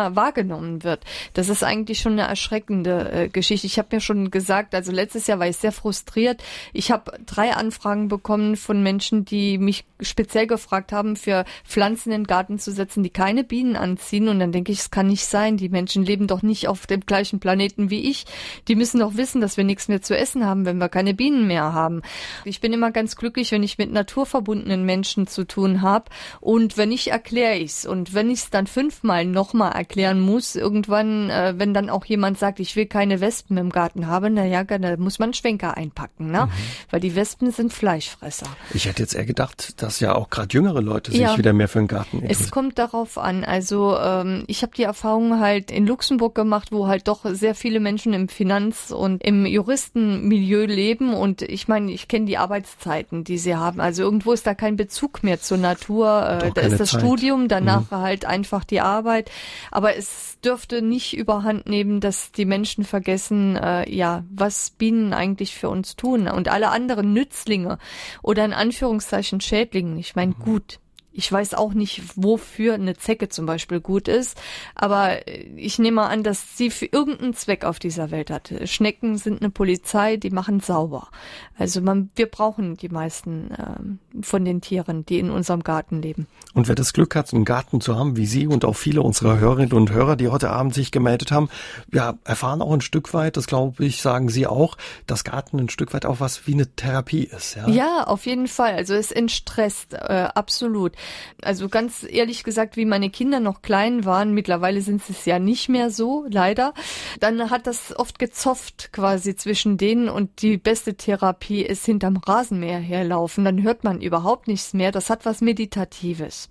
mehr wahrgenommen wird. Das ist eigentlich schon eine erschreckende Geschichte. Ich habe mir schon gesagt, also letztes Jahr war ich sehr frustriert. Ich habe 3 Anfragen bekommen von Menschen, die mich speziell gefragt haben, für Pflanzen in den Garten zu setzen, die keine Bienen anziehen. Und dann denke ich, es kann nicht sein. Die Menschen leben doch nicht auf dem gleichen Planeten wie ich. Die müssen doch wissen, dass wir nichts mehr zu essen haben, wenn wir keine Bienen mehr haben. Ich bin immer ganz glücklich, wenn ich mit naturverbundenen Menschen zu tun habe. Und wenn nicht, erkläre ich's. Und wenn ich es dann 5-mal nochmal erklären muss, irgendwann, wenn dann auch jemand sagt, ich will keine Wespen im Garten haben, naja, da muss man einen Schwenker einpacken, ne? Weil die Wespen sind Fleischfresser. Ich hätte jetzt eher gedacht, dass ja auch gerade jüngere Leute sich wieder mehr für den Garten interessieren. Es kommt darauf an. Also ich habe die Erfahrung halt in Luxemburg gemacht, wo halt doch sehr viele Menschen im Finanz- und im Juristenmilieu leben. Und ich meine, ich kenne die Arbeitszeiten, die sie haben. Also irgendwo ist da kein Bezug mehr zur Natur. Da ist das Studium, danach halt einfach die Arbeit. Aber es dürfte nicht überhand nehmen, dass die Menschen vergessen, was Bienen eigentlich für uns tun. Und alle anderen Nützlinge oder in Anführungszeichen Schädlingen. Ich meine, gut. Ich weiß auch nicht, wofür eine Zecke zum Beispiel gut ist, aber ich nehme an, dass sie für irgendeinen Zweck auf dieser Welt hat. Schnecken sind eine Polizei, die machen sauber. Also wir brauchen die meisten von den Tieren, die in unserem Garten leben. Und wer das Glück hat, einen Garten zu haben, wie Sie und auch viele unserer Hörerinnen und Hörer, die heute Abend sich gemeldet haben, erfahren auch ein Stück weit, das glaube ich, sagen Sie auch, dass Garten ein Stück weit auch was wie eine Therapie ist. Ja, auf jeden Fall. Also es entstresst, absolut. Also ganz ehrlich gesagt, wie meine Kinder noch klein waren, mittlerweile sind sie es ja nicht mehr so, leider, dann hat das oft gezofft quasi zwischen denen und die beste Therapie ist hinterm Rasenmäher herlaufen, dann hört man überhaupt nichts mehr, das hat was Meditatives.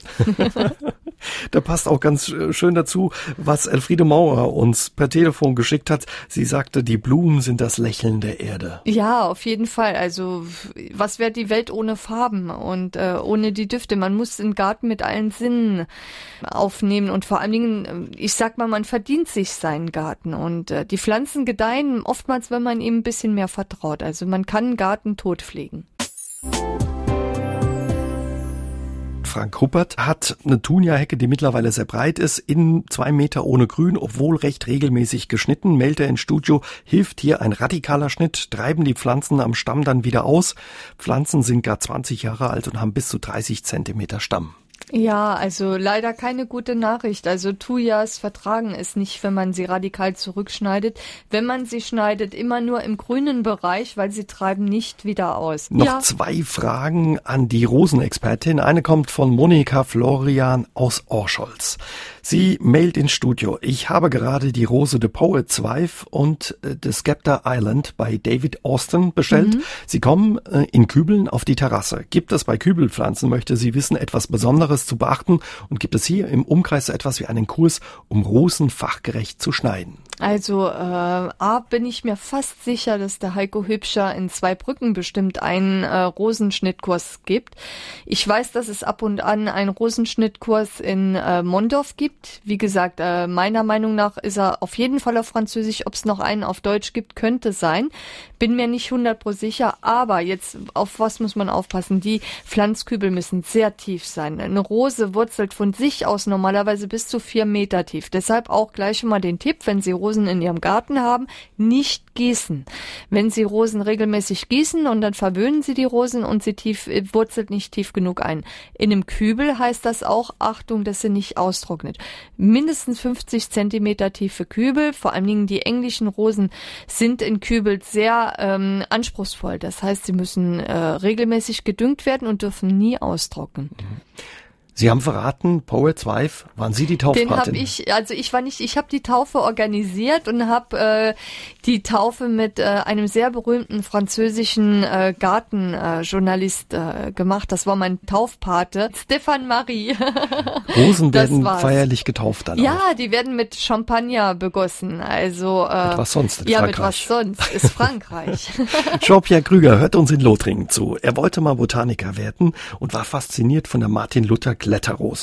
Da passt auch ganz schön dazu, was Elfriede Maurer uns per Telefon geschickt hat. Sie sagte, die Blumen sind das Lächeln der Erde. Ja, auf jeden Fall. Also was wäre die Welt ohne Farben und ohne die Düfte? Man muss den Garten mit allen Sinnen aufnehmen und vor allen Dingen, ich sag mal, man verdient sich seinen Garten und die Pflanzen gedeihen oftmals, wenn man ihm ein bisschen mehr vertraut. Also man kann einen Garten totpflegen. Frank Ruppert hat eine Thuja-Hecke, die mittlerweile sehr breit ist, in 2 Meter ohne Grün, obwohl recht regelmäßig geschnitten. Meldet er ins Studio, hilft hier ein radikaler Schnitt, treiben die Pflanzen am Stamm dann wieder aus. Pflanzen sind gar 20 Jahre alt und haben bis zu 30 Zentimeter Stamm. Ja, also leider keine gute Nachricht. Also Thujas vertragen es nicht, wenn man sie radikal zurückschneidet. Wenn man sie schneidet, immer nur im grünen Bereich, weil sie treiben nicht wieder aus. Noch 2 Fragen an die Rosenexpertin. Eine kommt von Monika Florian aus Orscholz. Sie mailt ins Studio. Ich habe gerade die Rose The Poet's Wife und The Scepter Island bei David Austin bestellt. Sie kommen in Kübeln auf die Terrasse. Gibt es bei Kübelpflanzen, möchte sie wissen, etwas Besonderes zu beachten? Und gibt es hier im Umkreis so etwas wie einen Kurs, um Rosen fachgerecht zu schneiden? Also bin ich mir fast sicher, dass der Heiko Hübscher in Zweibrücken bestimmt einen Rosenschnittkurs gibt. Ich weiß, dass es ab und an einen Rosenschnittkurs in Mondorf gibt. Wie gesagt, meiner Meinung nach ist er auf jeden Fall auf Französisch. Ob es noch einen auf Deutsch gibt, könnte sein. Bin mir nicht 100% sicher, aber jetzt, auf was muss man aufpassen? Die Pflanzkübel müssen sehr tief sein. Eine Rose wurzelt von sich aus normalerweise bis zu 4 Meter tief. Deshalb auch gleich schon mal den Tipp, wenn Sie Rosen in Ihrem Garten haben, nicht gießen. Wenn Sie Rosen regelmäßig gießen und dann verwöhnen Sie die Rosen und sie wurzelt nicht tief genug ein. In einem Kübel heißt das auch, Achtung, dass sie nicht austrocknet. Mindestens 50 Zentimeter tiefe Kübel, vor allen Dingen die englischen Rosen sind in Kübel sehr anspruchsvoll. Das heißt, sie müssen regelmäßig gedüngt werden und dürfen nie austrocknen. Sie haben verraten, Poet's Wife, waren Sie die Taufpatin? Ich habe die Taufe organisiert und habe die Taufe mit einem sehr berühmten französischen Gartenjournalist gemacht. Das war mein Taufpate, Stéphane Marie. Rosen werden feierlich getauft dann Ja, auch. Die werden mit Champagner begossen. Also mit was sonst in ja, Frankreich? mit was sonst ist Frankreich. Jean-Pierre Krüger hört uns in Lothringen zu. Er wollte mal Botaniker werden und war fasziniert von der Martin Luther Kletterrose.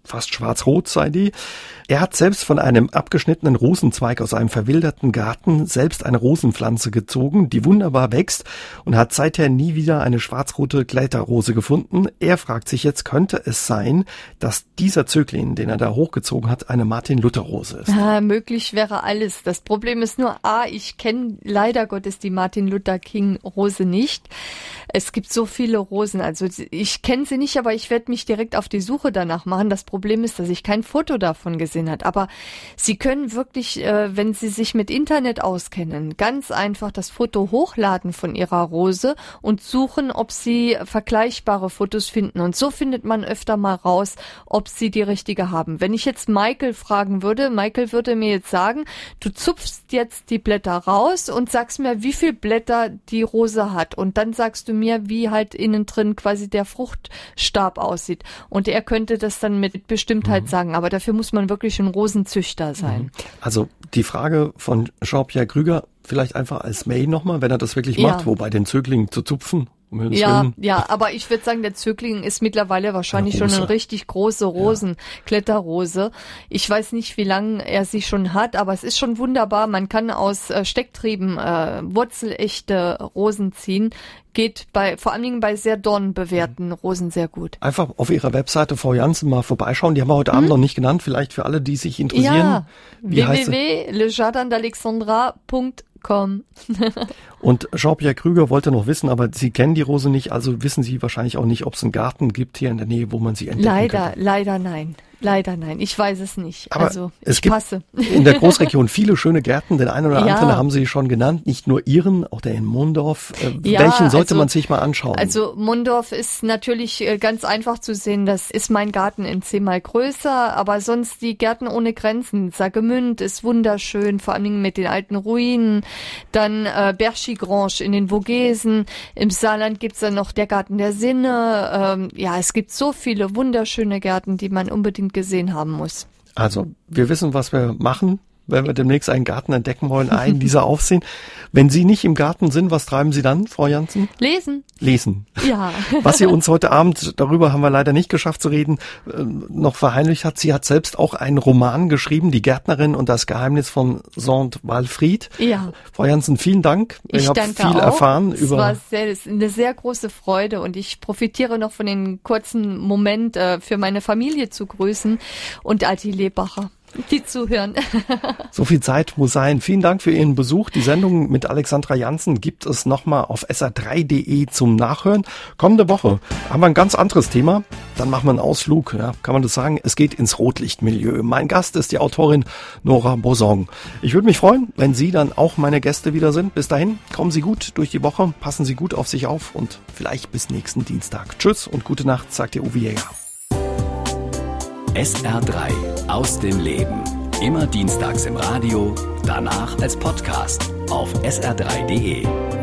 fast schwarz-rot sei die. Er hat selbst von einem abgeschnittenen Rosenzweig aus einem verwilderten Garten selbst eine Rosenpflanze gezogen, die wunderbar wächst und hat seither nie wieder eine schwarz-rote Kletterrose gefunden. Er fragt sich jetzt, könnte es sein, dass dieser Zögling, den er da hochgezogen hat, eine Martin-Luther-Rose ist? Ja, möglich wäre alles. Das Problem ist nur, ich kenne leider Gottes die Martin-Luther-King-Rose nicht. Es gibt so viele Rosen, also ich kenne sie nicht, aber ich werde mich direkt auf die Suche danach machen. Das Problem ist, dass ich kein Foto davon gesehen habe. Aber Sie können wirklich, wenn Sie sich mit Internet auskennen, ganz einfach das Foto hochladen von Ihrer Rose und suchen, ob Sie vergleichbare Fotos finden. Und so findet man öfter mal raus, ob Sie die richtige haben. Wenn ich jetzt Michael fragen würde, Michael würde mir jetzt sagen, du zupfst jetzt die Blätter raus und sagst mir, wie viel Blätter die Rose hat. Und dann sagst du mir, wie halt innen drin quasi der Fruchtstab aussieht. Und er könnte das dann mit Bestimmtheit sagen. Aber dafür muss man wirklich ein Rosenzüchter sein. Also die Frage von Jean-Pierre Krüger vielleicht einfach als Mail nochmal, wenn er das wirklich macht, wobei den Zögling zu zupfen. Ja, aber ich würde sagen, der Zögling ist mittlerweile wahrscheinlich schon eine richtig große Kletterrose. Ich weiß nicht, wie lange er sie schon hat, aber es ist schon wunderbar. Man kann aus Stecktrieben wurzelechte Rosen ziehen. Geht vor allen Dingen bei sehr dornbewehrten Rosen sehr gut. Einfach auf ihrer Webseite Frau Jansen mal vorbeischauen. Die haben wir heute Abend noch nicht genannt. Vielleicht für alle, die sich interessieren. Ja, www.lejardindalexandra.com. Und Jean-Pierre Krüger wollte noch wissen, aber Sie kennen die Rose nicht, also wissen Sie wahrscheinlich auch nicht, ob es einen Garten gibt hier in der Nähe, wo man sie entdecken kann. Leider nein. Ich weiß es nicht. Aber also es gibt passe. In der Großregion viele schöne Gärten. Den einen oder anderen haben Sie schon genannt. Nicht nur Ihren, auch der in Mondorf. Welchen sollte man sich mal anschauen? Also Mondorf ist natürlich ganz einfach zu sehen. Das ist mein Garten in 10-mal größer. Aber sonst die Gärten ohne Grenzen. Saargemünd ist wunderschön, vor allen Dingen mit den alten Ruinen. Dann Berchigrange in den Vogesen. Im Saarland gibt's dann noch der Garten der Sinne. Es gibt so viele wunderschöne Gärten, die man unbedingt gesehen haben muss. Also, wir wissen, was wir machen, wenn wir demnächst einen Garten entdecken wollen, einen dieser aufsehen. Wenn Sie nicht im Garten sind, was treiben Sie dann, Frau Jansen? Lesen. Ja. Was Sie uns heute Abend, darüber haben wir leider nicht geschafft zu reden, noch verheimlicht hat. Sie hat selbst auch einen Roman geschrieben, Die Gärtnerin und das Geheimnis von Saint-Walfried. Ja. Frau Jansen, vielen Dank. Ich habe viel erfahren es war eine sehr große Freude und ich profitiere noch von den kurzen Moment, für meine Familie zu grüßen und Alti Lebacher, die zuhören. So viel Zeit muss sein. Vielen Dank für Ihren Besuch. Die Sendung mit Alexandra Jansen gibt es nochmal auf sr3.de zum Nachhören. Kommende Woche haben wir ein ganz anderes Thema. Dann machen wir einen Ausflug, kann man das sagen. Es geht ins Rotlichtmilieu. Mein Gast ist die Autorin Nora Bosong. Ich würde mich freuen, wenn Sie dann auch meine Gäste wieder sind. Bis dahin, kommen Sie gut durch die Woche, passen Sie gut auf sich auf und vielleicht bis nächsten Dienstag. Tschüss und gute Nacht, sagt Ihr Uwe Jäger. SR3 aus dem Leben. Immer dienstags im Radio, danach als Podcast auf sr3.de.